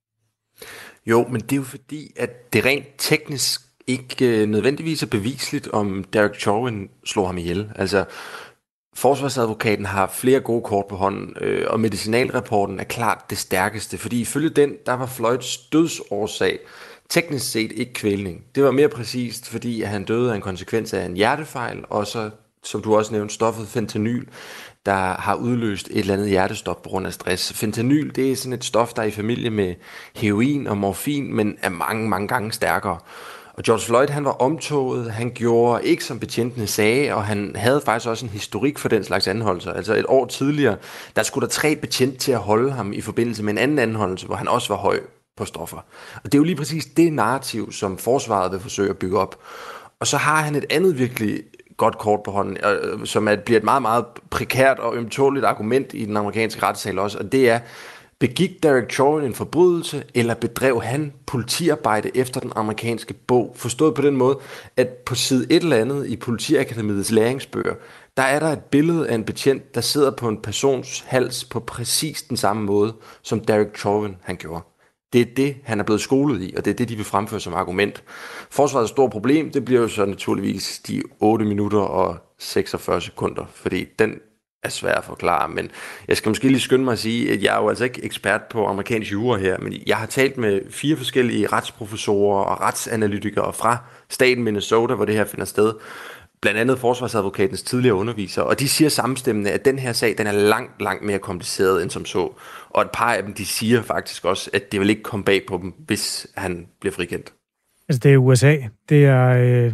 Jo, men det er jo fordi, at det rent teknisk ikke nødvendigvis er bevisligt, om Derek Chauvin slog ham ihjel. Altså, forsvarsadvokaten har flere gode kort på hånden, øh, og medicinalrapporten er klart det stærkeste, fordi ifølge den, der var Floyds dødsårsag teknisk set ikke kvælning. Det var mere præcist, fordi han døde af en konsekvens af en hjertefejl, og så, som du også nævnte, stoffet fentanyl, der har udløst et eller andet hjertestop på grund af stress. Fentanyl, det er sådan et stof, der er i familie med heroin og morfin, men er mange, mange gange stærkere. Og George Floyd, han var omtoget, han gjorde ikke som betjentene sagde, og han havde faktisk også en historik for den slags anholdelser. Altså et år tidligere, der skulle der tre betjent til at holde ham i forbindelse med en anden anholdelse, hvor han også var høj på stoffer. Og det er jo lige præcis det narrativ, som forsvaret vil forsøge at bygge op. Og så har han et andet virkelig godt kort på hånden, som er, bliver et meget, meget prekært og ømtåligt argument i den amerikanske retssal også, og det er, begik Derek Chauvin en forbrydelse, eller bedrev han politiarbejde efter den amerikanske bog? Forstået på den måde, at på side et eller andet i Politiakademiets læringsbøger, der er der et billede af en betjent, der sidder på en persons hals på præcis den samme måde, som Derek Chauvin han gjorde. Det er det, han er blevet skolet i, og det er det, de vil fremføre som argument. Forsvarets store problem, det bliver jo så naturligvis de otte minutter og seksogfyrre sekunder, fordi den er svært at forklare, men jeg skal måske lige skynde mig at sige, at jeg er jo altså ikke ekspert på amerikansk jura her, men jeg har talt med fire forskellige retsprofessorer og retsanalytikere fra staten Minnesota, hvor det her finder sted, blandt andet forsvarsadvokatens tidligere underviser, og de siger samstemmende, at den her sag, den er langt, langt mere kompliceret end som så, og et par af dem, de siger faktisk også, at det vil ikke komme bag på dem, hvis han bliver frikendt. Altså det er U S A, det er, øh,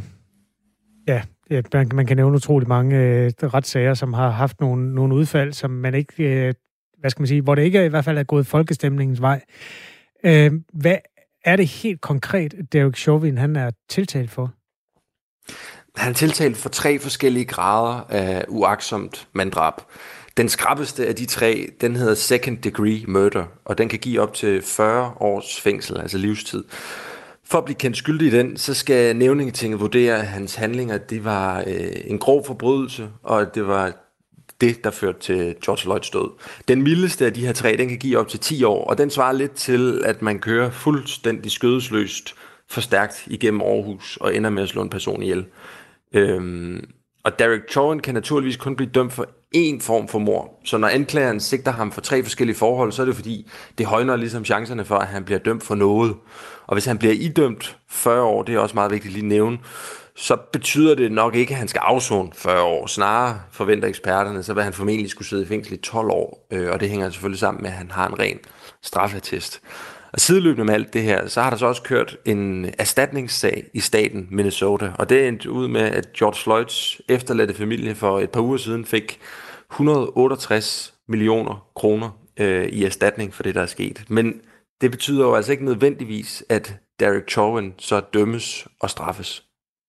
ja, Ja, man, man kan nævne utrolig mange øh, retssager, som har haft nogle, nogle udfald, som man ikke, øh, hvad skal man sige, hvor det ikke i hvert fald er gået folkestemningens vej. Øh, hvad er det helt konkret, Derek Chauvin, han er tiltalt for? Han er tiltalt for tre forskellige grader af uagtsomt manddrab. Den skrappeste af de tre, den hedder second degree murder, og den kan give op til fyrre års fængsel, altså livstid. For at blive kendt skyldig i den, så skal nævningetinget vurdere, at hans handlinger, det var øh, en grov forbrydelse, og at det var det, der førte til George Floyds død. Den mildeste af de her tre, den kan give op til ti år, og den svarer lidt til, at man kører fuldstændig skødesløst for stærkt igennem Aarhus og ender med at slå en person ihjel. Øhm, og Derek Chauvin kan naturligvis kun blive dømt for én form for mord. Så når anklageren sigter ham for tre forskellige forhold, så er det fordi, det højner ligesom chancerne for, at han bliver dømt for noget. Og hvis han bliver idømt fyrre år, det er også meget vigtigt lige at nævne, så betyder det nok ikke, at han skal afzone fyrre år. Snarere forventer eksperterne, så vil han formentlig skulle sidde i fængsel i tolv år. Og det hænger selvfølgelig sammen med, at han har en ren straffeattest. Og sideløbende med alt det her, så har der så også kørt en erstatningssag i staten Minnesota. Og det endte ud med, at George Floyds efterladte familie for et par uger siden fik et hundrede og otteogtres millioner kroner øh, i erstatning for det, der er sket. Men det betyder jo altså ikke nødvendigvis, at Derek Chauvin så dømmes og straffes.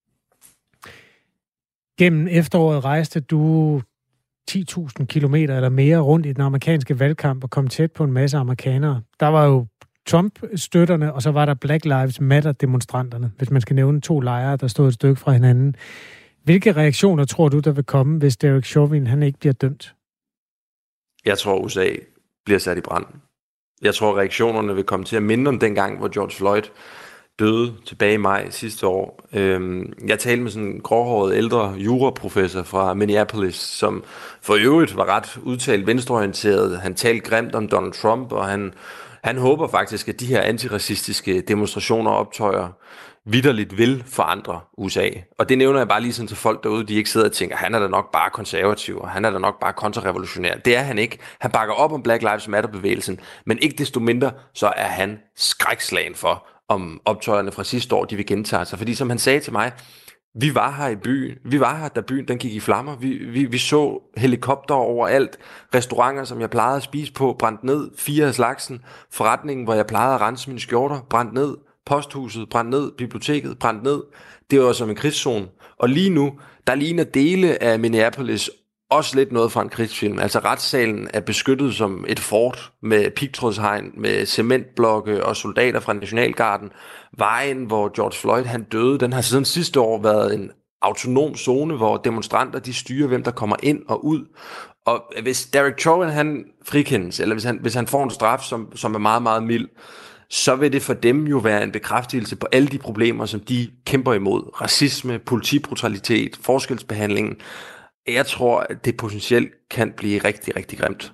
Gennem efteråret rejste du ti tusind kilometer eller mere rundt i den amerikanske valgkamp og kom tæt på en masse amerikanere. Der var jo Trump-støtterne, og så var der Black Lives Matter-demonstranterne, hvis man skal nævne to lejre, der stod et stykke fra hinanden. Hvilke reaktioner tror du, der vil komme, hvis Derek Chauvin han ikke bliver dømt? Jeg tror, U S A bliver sat i brand. Jeg tror, reaktionerne vil komme til at minde om dengang, hvor George Floyd døde tilbage i maj sidste år. Jeg talte med sådan en gråhåret ældre juraprofessor fra Minneapolis, som for øvrigt var ret udtalt venstreorienteret. Han talte grimt om Donald Trump, og han, han håber faktisk, at de her antiracistiske demonstrationer og optøjer vitterligt vil forandre U S A. Og det nævner jeg bare lige sådan til folk derude, de ikke sidder og tænker, han er da nok bare konservativ, og han er da nok bare kontrarevolutionær. Det er han ikke. Han bakker op om Black Lives Matter-bevægelsen, men ikke desto mindre, så er han skrækslagen for, om optøjerne fra sidste år, de vil gentage sig. Fordi som han sagde til mig, vi var her i byen, vi var her, da byen den gik i flammer, vi, vi, vi så helikopter overalt, restauranter, som jeg plejede at spise på, brændt ned, fire af slagsen, forretningen, hvor jeg plejede at rense mine skjorter, brændt ned, posthuset brændt ned, biblioteket brændt ned, det var som en krigszone. Og lige nu, der ligner dele af Minneapolis også lidt noget fra en krigsfilm. Altså retssalen er beskyttet som et fort med pigtrådshegn, med cementblokke og soldater fra Nationalgarden. Vejen, hvor George Floyd han døde, den har siden sidste år været en autonom zone, hvor demonstranter de styrer, hvem der kommer ind og ud. Og hvis Derek Chauvin han frikendes, eller hvis han, hvis han får en straf, som, som er meget, meget mild, så vil det for dem jo være en bekræftelse på alle de problemer, som de kæmper imod. Racisme, politibrutalitet, forskelsbehandling. Jeg tror, at det potentielt kan blive rigtig, rigtig grimt.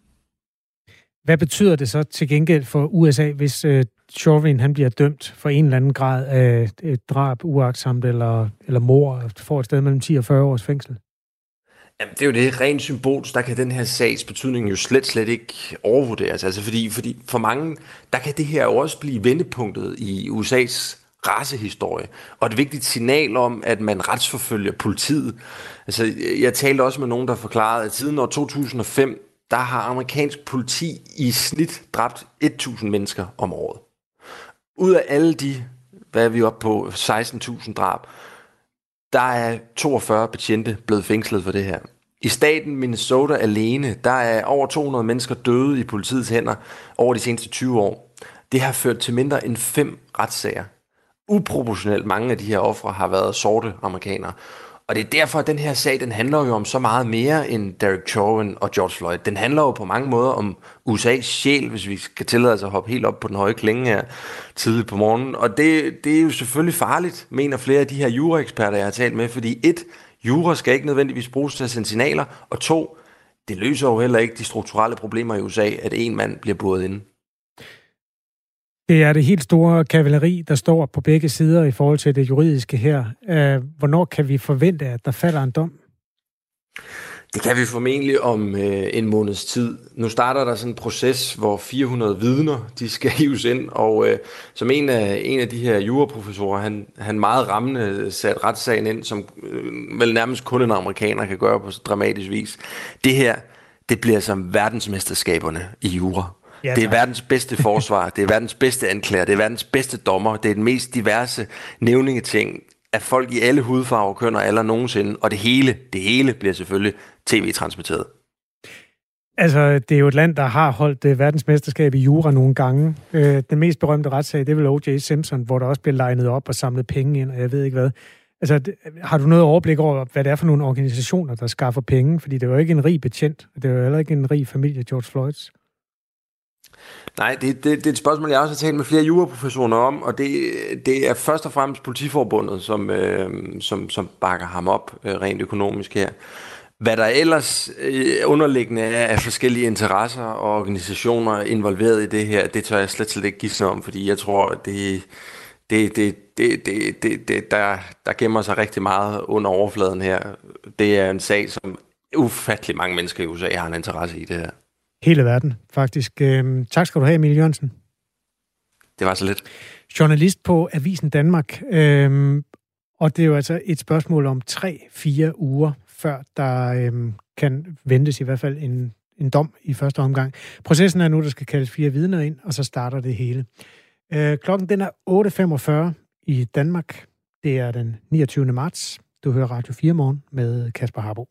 Hvad betyder det så til gengæld for U S A, hvis uh, Chauvin han bliver dømt for en eller anden grad af et drab, uagtsomt eller, eller mord, og får et sted mellem ti og fyrre års fængsel? Jamen, det er jo det rent symbolsk, der kan den her sags betydning jo slet, slet ikke overvurderes. Altså fordi, fordi for mange, der kan det her også blive vendepunktet i U S A's racehistorie, og et vigtigt signal om, at man retsforfølger politiet. Altså, jeg talte også med nogen, der forklarede, at siden år to tusind og fem, der har amerikansk politi i snit dræbt tusind mennesker om året. Ud af alle de, hvad er vi oppe på, seksten tusind drab, der er toogfyrre betjente blevet fængslet for det her. I staten Minnesota alene, der er over to hundrede mennesker døde i politiets hænder over de seneste tyve år. Det har ført til mindre end fem retssager. Uproportionelt mange af de her ofre har været sorte amerikanere. Og det er derfor, at den her sag, den handler jo om så meget mere end Derek Chauvin og George Floyd. Den handler jo på mange måder om U S A's sjæl, hvis vi skal tillade os at hoppe helt op på den høje klinge her tidligt på morgenen. Og det, det er jo selvfølgelig farligt, mener flere af de her juraeksperter, jeg har talt med, fordi et, jura skal ikke nødvendigvis bruges til at sende signaler, og to, det løser jo heller ikke de strukturelle problemer i U S A, at en mand bliver buret inde. Det er det helt store kavaleri, der står på begge sider i forhold til det juridiske her. Hvornår kan vi forvente, at der falder en dom? Det kan vi formentlig om øh, en måneds tid. Nu starter der sådan en proces, hvor fire hundrede vidner, de skal hives ind, og øh, som en af, en af de her juraprofessorer, han, han meget rammende satte retssagen ind, som øh, vel nærmest kun en amerikaner kan gøre på så dramatisk vis. Det her, det bliver som verdensmesterskaberne i jura. Ja, det er verdens bedste forsvar, det er verdens bedste anklager, det er verdens bedste dommer, det er den mest diverse nævningeting af folk i alle hudfarver, køn og alder nogensinde, og det hele, det hele bliver selvfølgelig tv-transmitteret. Altså, det er jo et land, der har holdt uh, verdensmesterskab i jura nogle gange. Uh, den mest berømte retssag, det er vel O J Simpson, hvor der også bliver legnet op og samlet penge ind, og jeg ved ikke hvad. Altså, det, har du noget overblik over, hvad det er for nogle organisationer, der skaffer penge? Fordi det var jo ikke en rig betjent, og det var jo heller ikke en rig familie, George Floyds. Nej, det, det, det er et spørgsmål, jeg også har talt med flere juraprofessorer om, og det, det er først og fremmest Politiforbundet, som, øh, som, som bakker ham op øh, rent økonomisk her. Hvad der ellers øh, underliggende er af forskellige interesser og organisationer involveret i det her, det tør jeg slet slet ikke gisne om, fordi jeg tror, det, det, det, det, det, det, det der, der gemmer sig rigtig meget under overfladen her. Det er en sag, som ufattelig mange mennesker i U S A har en interesse i det her. Hele verden, faktisk. Øhm, tak skal du have, Emil Jørgensen. Det var så lidt. Journalist på Avisen Danmark. Øhm, og det er jo altså et spørgsmål om tre, fire uger, før der øhm, kan ventes i hvert fald en, en dom i første omgang. Processen er nu, der skal kaldes fire vidner ind, og så starter det hele. Øh, klokken den er otte femogfyrre i Danmark. Det er den niogtyvende marts. Du hører Radio fire Morgen med Kasper Harbo.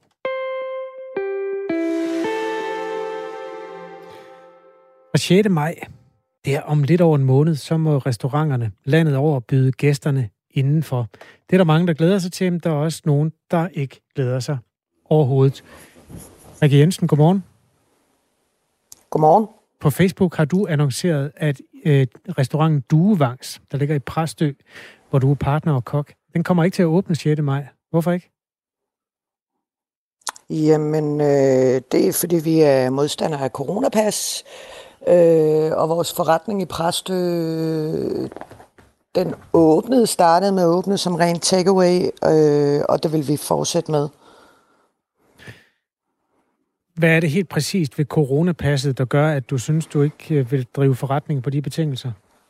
Og sjette maj, det er om lidt over en måned, så må restauranterne landet over byde gæsterne indenfor. Det er der mange, der glæder sig til, men der er også nogen, der ikke glæder sig overhovedet. Rikke Jensen, godmorgen. Godmorgen. På Facebook har du annonceret, at øh, restauranten Duevangs, der ligger i Præstø, hvor du er partner og kok, den kommer ikke til at åbne sjette maj. Hvorfor ikke? Jamen, øh, det er fordi, vi er modstandere af coronapas, øh, og vores forretning i Præstø, den åbnede, startede med at åbne som rent takeaway, øh, og det vil vi fortsætte med. Hvad er det helt præcist ved coronapasset, der gør, at du synes, du ikke vil drive forretning på de betingelser?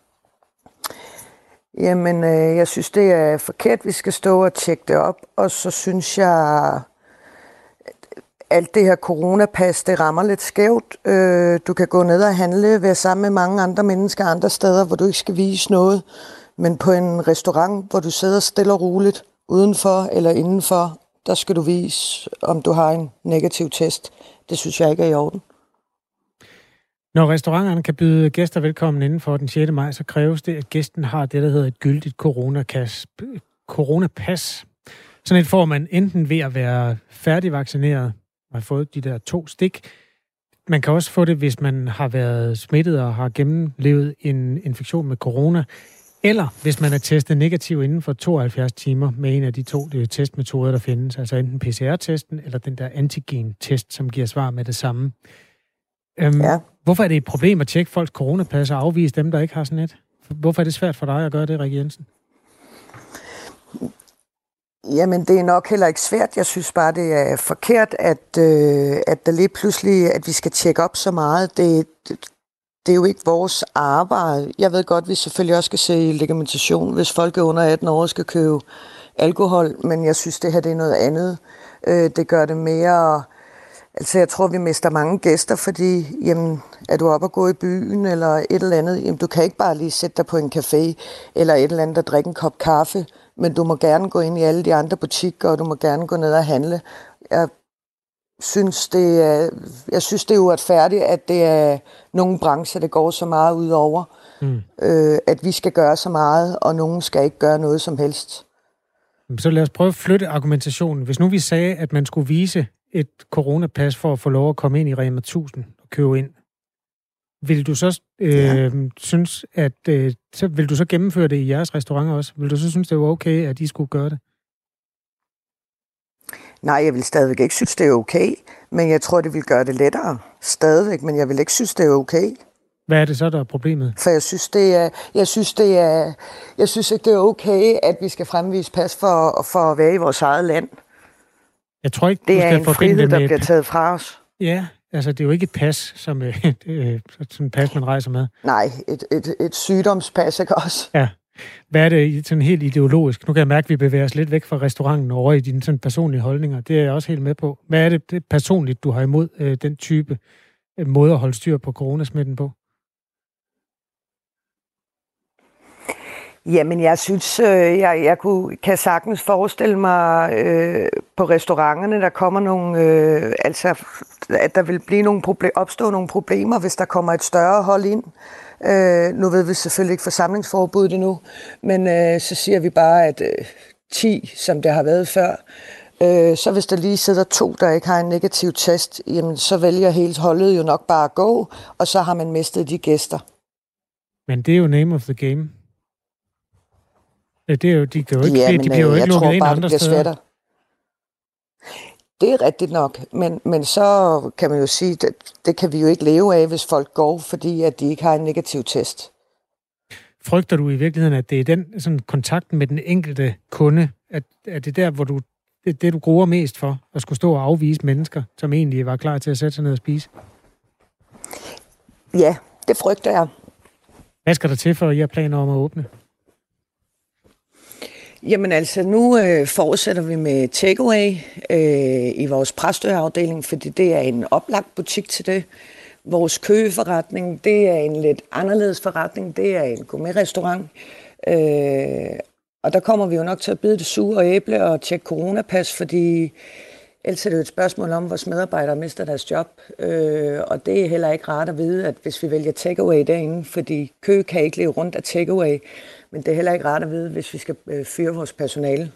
Jamen, øh, jeg synes, det er forkert, vi skal stå og tjekke det op, og så synes jeg, alt det her coronapas, det rammer lidt skævt. Øh, du kan gå ned og handle, være sammen med mange andre mennesker andre steder, hvor du ikke skal vise noget. Men på en restaurant, hvor du sidder stille og roligt udenfor eller indenfor, der skal du vise, om du har en negativ test. Det synes jeg ikke er i orden. Når restauranterne kan byde gæster velkommen indenfor den sjette maj, så kræves det, at gæsten har det, der hedder et gyldigt coronapas. coronapas. Sådan et får man enten ved at være færdigvaccineret og har fået de der to stik. Man kan også få det, hvis man har været smittet og har gennemlevet en infektion med corona, eller hvis man er testet negativ inden for tooghalvfjerds timer med en af de to testmetoder, der findes, altså enten P C R-testen eller den der antigen-test, som giver svar med det samme. Øhm, ja. Hvorfor er det et problem at tjekke folks coronapas og afvise dem, der ikke har sådan et? Hvorfor er det svært for dig at gøre det, Rikke Jensen? Jamen, det er nok heller ikke svært. Jeg synes bare, det er forkert, at, øh, at der lige pludselig, at vi skal tjekke op så meget. Det, det, det er jo ikke vores arbejde. Jeg ved godt, at vi selvfølgelig også skal se legitimation, hvis folk er under atten år og skal købe alkohol, men jeg synes, det her det er noget andet. Øh, det gør det mere... Altså, jeg tror, vi mister mange gæster, fordi, jamen, er du oppe og gå i byen eller et eller andet, jamen, du kan ikke bare lige sætte dig på en café eller et eller andet og drikke en kop kaffe, men du må gerne gå ind i alle de andre butikker, og du må gerne gå ned og handle. Jeg synes, det er, jeg synes, det er uretfærdigt, at det er nogle brancher, det går så meget ud over, mm. øh, at vi skal gøre så meget, og nogen skal ikke gøre noget som helst. Så lad os prøve at flytte argumentationen. Hvis nu vi sagde, at man skulle vise et coronapas for at få lov at komme ind i Rema tusind og købe ind, vil du så øh, ja. synes, at øh, så vil du så gennemføre det i jeres restauranter også? Vil du så synes, det var okay, at de skulle gøre det? Nej, jeg vil stadigvæk ikke synes, det er okay, men jeg tror, det vil gøre det lettere stadigvæk, men jeg vil ikke synes, det er okay. Hvad er det så, der er problemet? For jeg synes, det er, jeg synes, det er, jeg synes ikke, det er okay, at vi skal fremvise pas for, for at være i vores eget land. Jeg tror ikke, det du skal er en frihed, der et... bliver taget fra os. Ja, altså det er jo ikke et pas, som et, et, sådan et pas, man rejser med. Nej, et, et, et sygdomspas, ikke også? Ja. Hvad er det sådan helt ideologisk? Nu kan jeg mærke, at vi bevæger os lidt væk fra restauranten over i dine sådan personlige holdninger. Det er jeg også helt med på. Hvad er det, det personligt, du har imod øh, den type øh, måde at holde styr på coronasmitten på? Jamen, jeg synes, øh, jeg, jeg kunne, kan sagtens forestille mig øh, på restauranterne, der kommer nogle, øh, altså, at der vil blive nogle proble- opstå nogle problemer, hvis der kommer et større hold ind. Øh, nu ved vi selvfølgelig ikke forsamlingsforbuddet endnu, men øh, så siger vi bare, at øh, ti, som det har været før, øh, så hvis der lige sidder to, der ikke har en negativ test, jamen, så vælger hele holdet jo nok bare at gå, og så har man mistet de gæster. Men det er jo name of the game. Det er jo, de kan jo ikke, ja, de, de bliver jo ikke lukket ind bare, andre steder. Det er rigtigt nok, men, men så kan man jo sige, at det, det kan vi jo ikke leve af, hvis folk går, fordi at de ikke har en negativ test. Frygter du i virkeligheden, at det er den sådan, kontakten med den enkelte kunde, at, at det er der, hvor du, det, det du gruer mest for, at skulle stå og afvise mennesker, som egentlig var klar til at sætte sig ned og spise? Ja, det frygter jeg. Hvad skal der til, for at I har planer om at åbne? Jamen altså, nu øh, fortsætter vi med takeaway øh, i vores Præstø-afdeling, fordi det er en oplagt butik til det. Vores køgeforretning, det er en lidt anderledes forretning. Det er en gourmet-restaurant. Øh, og der kommer vi jo nok til at bide det sure æble og tjekke coronapas, fordi ellers er det jo et spørgsmål om, vores medarbejdere mister deres job. Øh, og det er heller ikke rart at vide, at hvis vi vælger takeaway derinde, fordi kø kan ikke leve rundt af takeaway, men det er heller ikke rart at vide, hvis vi skal øh, fyre vores personale.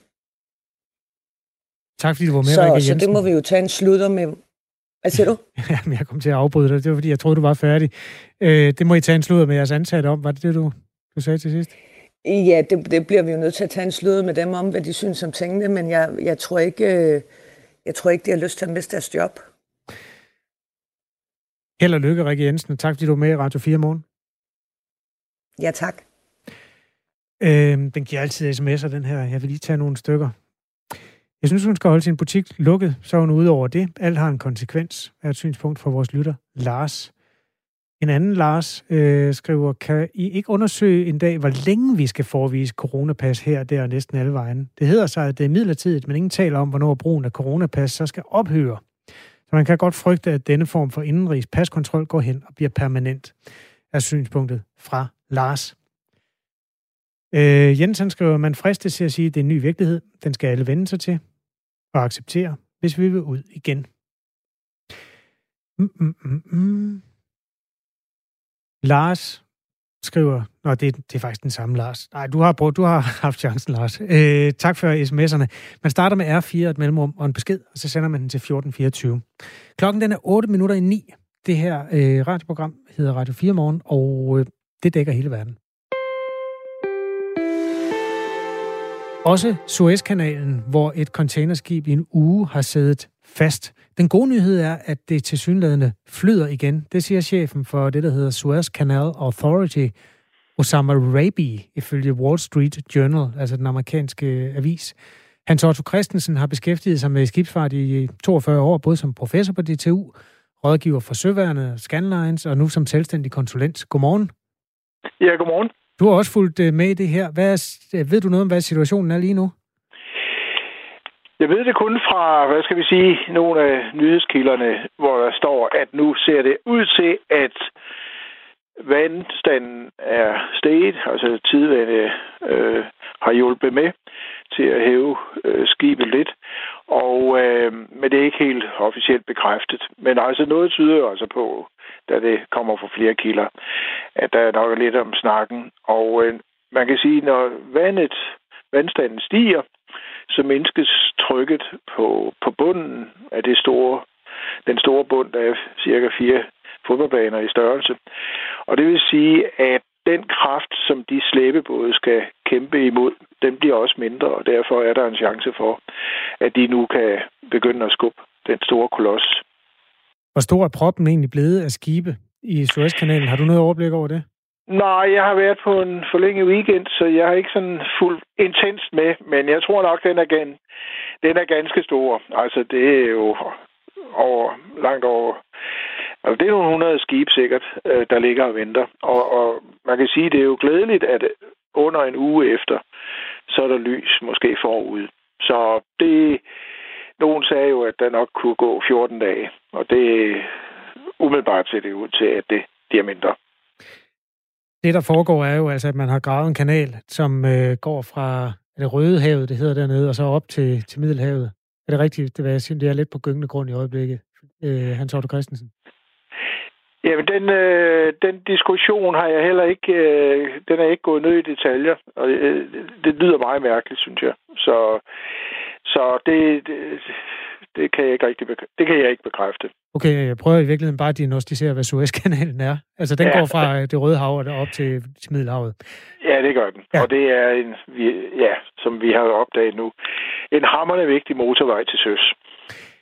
Tak fordi du var med, så, Rikke Jensen. Så det må vi jo tage en sludder med. Hvad siger du? Jamen, jeg kom til at afbryde dig. Det var, fordi jeg troede, du var færdig. Øh, det må I tage en sludder med jeres ansatte om. Var det det, du, du sagde til sidst? Ja, det, det bliver vi jo nødt til at tage en sludder med dem om, hvad de synes om tingene, men jeg, jeg tror ikke, øh, jeg tror ikke, de har lyst til at miste deres job. Held og lykke, Rikke Jensen. Tak fordi du var med i Radio fire Morgen. Ja, tak. Øh, den giver altid sms'er, den her. Jeg vil lige tage nogle stykker. Jeg synes, hun skal holde sin butik lukket, så er hun ude over det. Alt har en konsekvens, er et synspunkt for vores lytter, Lars. En anden Lars øh, skriver, kan I ikke undersøge en dag, hvor længe vi skal forevise coronapas her, der og næsten alle vejen? Det hedder sig, at det er midlertidigt, men ingen taler om, hvornår brugen af coronapas så skal ophøre. Så man kan godt frygte, at denne form for indenrigs paskontrol går hen og bliver permanent, er synspunktet fra Lars. Øh, Jens han skriver, man fristes til at sige, at det er en ny virkelighed. Den skal alle vende sig til og acceptere, hvis vi vil ud igen. Mm, mm, mm, mm. Lars skriver, nå, det, det er faktisk den samme Lars. Nej, du har, brugt, du har haft chancen, Lars. Øh, tak for sms'erne. Man starter med R fire, et mellemrum og en besked, og så sender man den til fjorten fireogtyve. Klokken den er otte minutter i ni. Det her øh, radioprogram hedder Radio fire Morgen, og øh, det dækker hele verden. Også Suezkanalen, hvor et containerskib i en uge har siddet fast. Den gode nyhed er, at det tilsyneladende flyder igen. Det siger chefen for det, der hedder Suez Canal Authority, Osama Rabi, ifølge Wall Street Journal, altså den amerikanske avis. Hans Otto Christensen har beskæftiget sig med skibsfart i toogfyrre år, både som professor på D T U, rådgiver for Søværnet, Scanlines og nu som selvstændig konsulent. Godmorgen. Ja, godmorgen. Du har også fulgt med i det her. Hvad er, ved du noget om, hvad situationen er lige nu? Jeg ved det kun fra, hvad skal vi sige, nogle af nyhedskilderne, hvor der står, at nu ser det ud til, at vandstanden er steget, altså tidvandet øh, har hjulpet med til at hæve øh, skibet lidt, og øh, men det er ikke helt officielt bekræftet. Men altså noget tyder altså på, da det kommer fra flere kilder, at der er nok lidt om snakken. Og øh, man kan sige, når vandet, vandstanden stiger, så mindskes trykket på, på bunden af det store, den store bund, der er cirka fire fodboldbaner i størrelse. Og det vil sige, at den kraft, som de slæbebåde skal kæmpe imod, den bliver også mindre, og derfor er der en chance for, at de nu kan begynde at skubbe den store koloss. Hvor stor er proppen egentlig blevet af skibe i Suezkanalen? Har du noget overblik over det? Nej, jeg har været på en forlænget weekend, så jeg har ikke sådan fuldt intenst med, men jeg tror nok, den er, gen, den er ganske stor. Altså, det er jo over, langt over... Altså, det er nogle hundrede skibe sikkert, der ligger og venter. Og, og man kan sige, det er jo glædeligt, at under en uge efter, så er der lys måske forud. Så det... Nogen sagde jo, at der nok kunne gå fjorten dage, og det umiddelbart ser det ud til, at det bliver mindre. Det, der foregår, er jo altså, at man har gravet en kanal, som øh, går fra det Røde Havet, det hedder dernede, og så op til, til Middelhavet. Er det rigtigt? Det, jeg sige, det er lidt på gyngende grund i øjeblikket. Øh, Hans Otto Christensen. Jamen, den, øh, den diskussion har jeg heller ikke... Øh, den er ikke gået ned i detaljer, og øh, det lyder meget mærkeligt, synes jeg. Så, så det, det, det, kan jeg ikke rigtig bekræfte. det kan jeg ikke bekræfte. Okay, jeg prøver i virkeligheden bare at diagnostisere, hvad Suezkanalen er. Altså, den ja. går fra det Røde Hav og op til, til Middelhavet. Ja, det gør den. Ja. Og det er en, ja, som vi har opdaget nu, en hamrende vigtig motorvej til søs.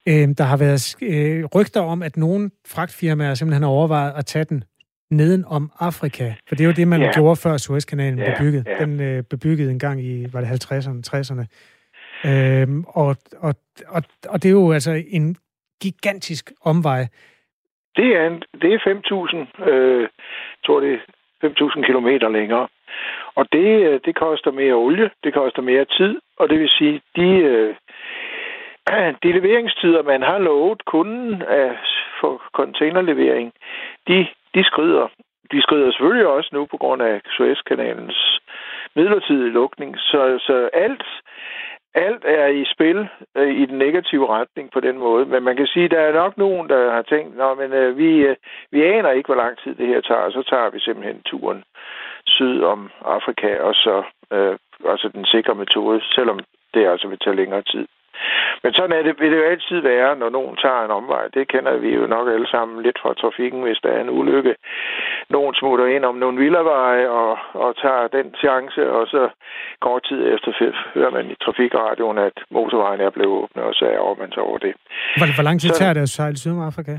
Øh, der har været øh, rygter om, at nogle fragtfirmaer simpelthen har overvejet at tage den neden om Afrika. For det er jo det, man yeah. gjorde før Suezkanalen yeah. blev bygget. Yeah. Den øh, blev bygget en gang i, var det halvtredserne, tresserne. Øhm, og, og, og, og det er jo altså en gigantisk omvej. Det er, en, det er fem tusind, øh, jeg tror det er fem tusind kilometer længere. Og det, det koster mere olie, det koster mere tid, og det vil sige, de, øh, de leveringstider, man har lovet kunden af, for containerlevering, de, de skrider. De skrider selvfølgelig også nu på grund af Suezkanalens midlertidige lukning. Så, så alt, alt er i spil øh, i den negative retning på den måde. Men man kan sige, at der er nok nogen, der har tænkt, Nå, men øh, vi, øh, vi aner ikke, hvor lang tid det her tager, og så tager vi simpelthen turen syd om Afrika, og så øh, altså den sikre metode, selvom det altså vil tage længere tid. Men sådan er det, vil det jo altid være, når nogen tager en omvej. Det kender vi jo nok alle sammen lidt fra trafikken, hvis der er en ulykke. Nogen smutter ind om nogle villaveje og, og tager den chance, og så kort tid efter hører man i trafikradioen, at motorvejen er blevet åbnet, og så ærger man sig over det. Hvor, hvor lang tid så, tager det at sejle syd om Afrika?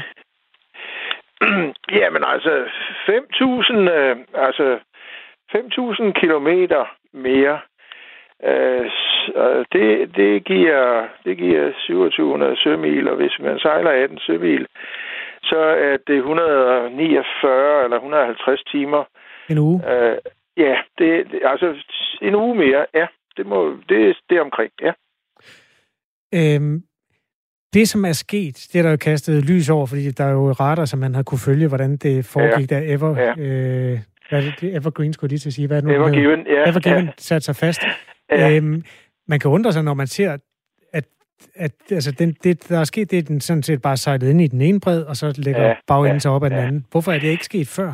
Jamen altså, fem tusind, øh, altså fem tusind kilometer mere. Uh, det, det giver det giver syvogtyve hundrede sømil, og hvis man sejler atten sømil, så er det et hundrede og niogfyrre eller et hundrede og halvtreds timer. En uge? Uh, ja, det, det altså en uge mere. Ja, det må det det er omkring. Ja. Øhm, det som er sket, det er der jo kastet lys over, fordi der er jo radar, som man har kunne følge, hvordan det foregik, ja. Der Ever. Ja. Øh, hvad er det? Evergreen skulle de til at sige. Hvad er det nu? Ever Given, ja. Ever Given ja. Satte sig fast. Ja. Øhm, man kan undre sig, når man ser, at, at altså, den, det, der er sket, det er den sådan set bare sejlet ind i den ene bred, og så lægger ja. bagenden ja. sig op af den ja. anden. Hvorfor er det ikke sket før?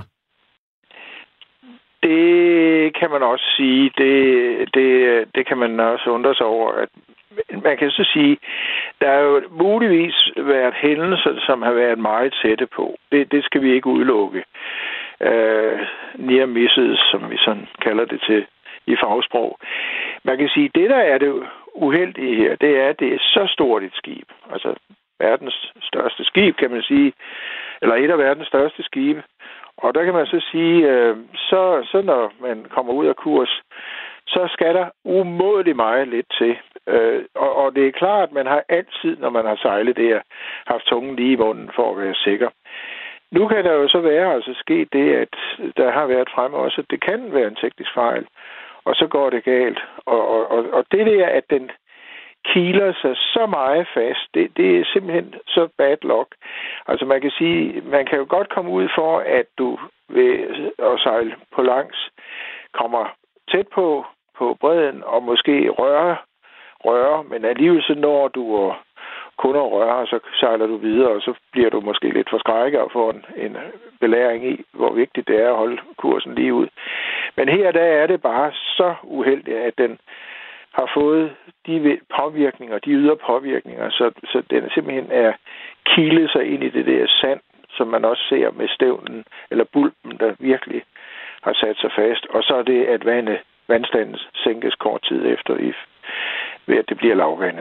Det kan man også sige. Det, det, det kan man også undre sig over. At man kan så sige, der er jo muligvis været hændelser, som har været meget tætte på. Det, det skal vi ikke udelukke. Uh, near misses, som vi sådan kalder det til i fagsprog. Man kan sige, at det, der er det uheldige her, det er, at det er så stort et skib. Altså verdens største skib, kan man sige. Eller et af verdens største skibe. Og der kan man så sige, så, så når man kommer ud af kurs, så skal der umådeligt meget lidt til. Og, og det er klart, at man har altid, når man har sejlet det her, haft tungen lige i munden for at være sikker. Nu kan der jo så være altså sket det, at der har været fremme også, at det kan være en teknisk fejl, og så går det galt. Og, og, og det der, at den kiler sig så meget fast, det, det er simpelthen så bad luck. Altså man kan sige, man kan jo godt komme ud for, at du ved at sejle på langs kommer tæt på, på bredden og måske røre, røre, men alligevel så når du at kun at røre, og så sejler du videre, og så bliver du måske lidt forskrækket og får en, en belæring i, hvor vigtigt det er at holde kursen lige ud. Men her der er det bare så uheldigt, at den har fået de påvirkninger, de ydre påvirkninger, så, så den simpelthen er kilet sig ind i det der sand, som man også ser med stævnen, eller bulben, der virkelig har sat sig fast. Og så er det, at vandet, vandstanden sænkes kort tid efter, i, ved at det bliver lavvande.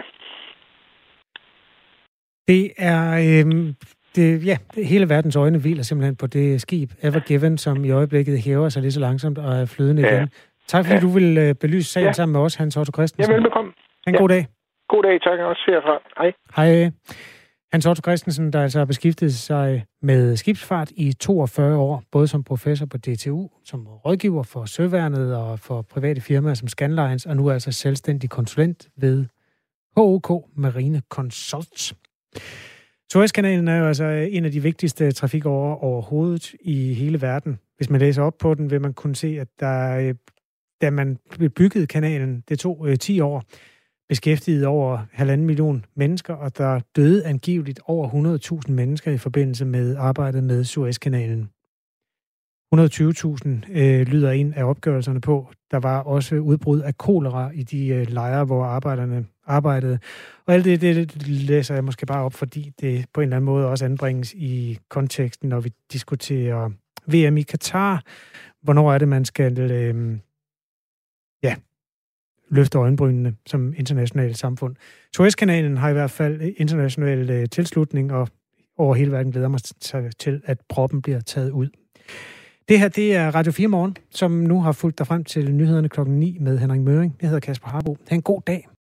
Det er... Øh, det, ja, hele verdens øjne hviler simpelthen på det skib, Ever Given, som i øjeblikket hæver sig lige så langsomt og er flydende ja. igen. Tak fordi ja. du vil øh, belyse sagen ja. sammen med os, Hans Otto Christensen. Ja, velbekomme. Ha' en ja. god dag. God dag, tak også herfra. Hej. Hej. Hans Otto Christensen, der altså har beskæftiget sig med skibsfart i toogfyrre år, både som professor på D T U, som rådgiver for Søværnet og for private firmaer som Scandlines, og nu er altså selvstændig konsulent ved H O K Marine Consults. Suezkanalen er jo altså en af de vigtigste trafikårer overhovedet i hele verden. Hvis man læser op på den, vil man kunne se, at der, da man byggede kanalen, det tog øh, ti år, beskæftigede over halvanden million mennesker, og der døde angiveligt over hundrede tusind mennesker i forbindelse med arbejdet med Suezkanalen. et hundrede og tyve tusind øh, lyder en af opgørelserne på. Der var også udbrud af kolera i de øh, lejre, hvor arbejderne arbejdede. Og alt det, det læser jeg måske bare op, fordi det på en eller anden måde også anbringes i konteksten, når vi diskuterer V M i Katar. Hvornår er det, man skal øh, ja, løfte øjenbrynene som internationalt samfund. Suezkanalen har i hvert fald international øh, tilslutning, og over hele verden glæder mig til, at proppen bliver taget ud. Det her, det er Radio fire Morgen, som nu har fulgt dig frem til nyhederne klokken ni med Henrik Møring. Jeg hedder Kasper Harbo. Ha' en god dag.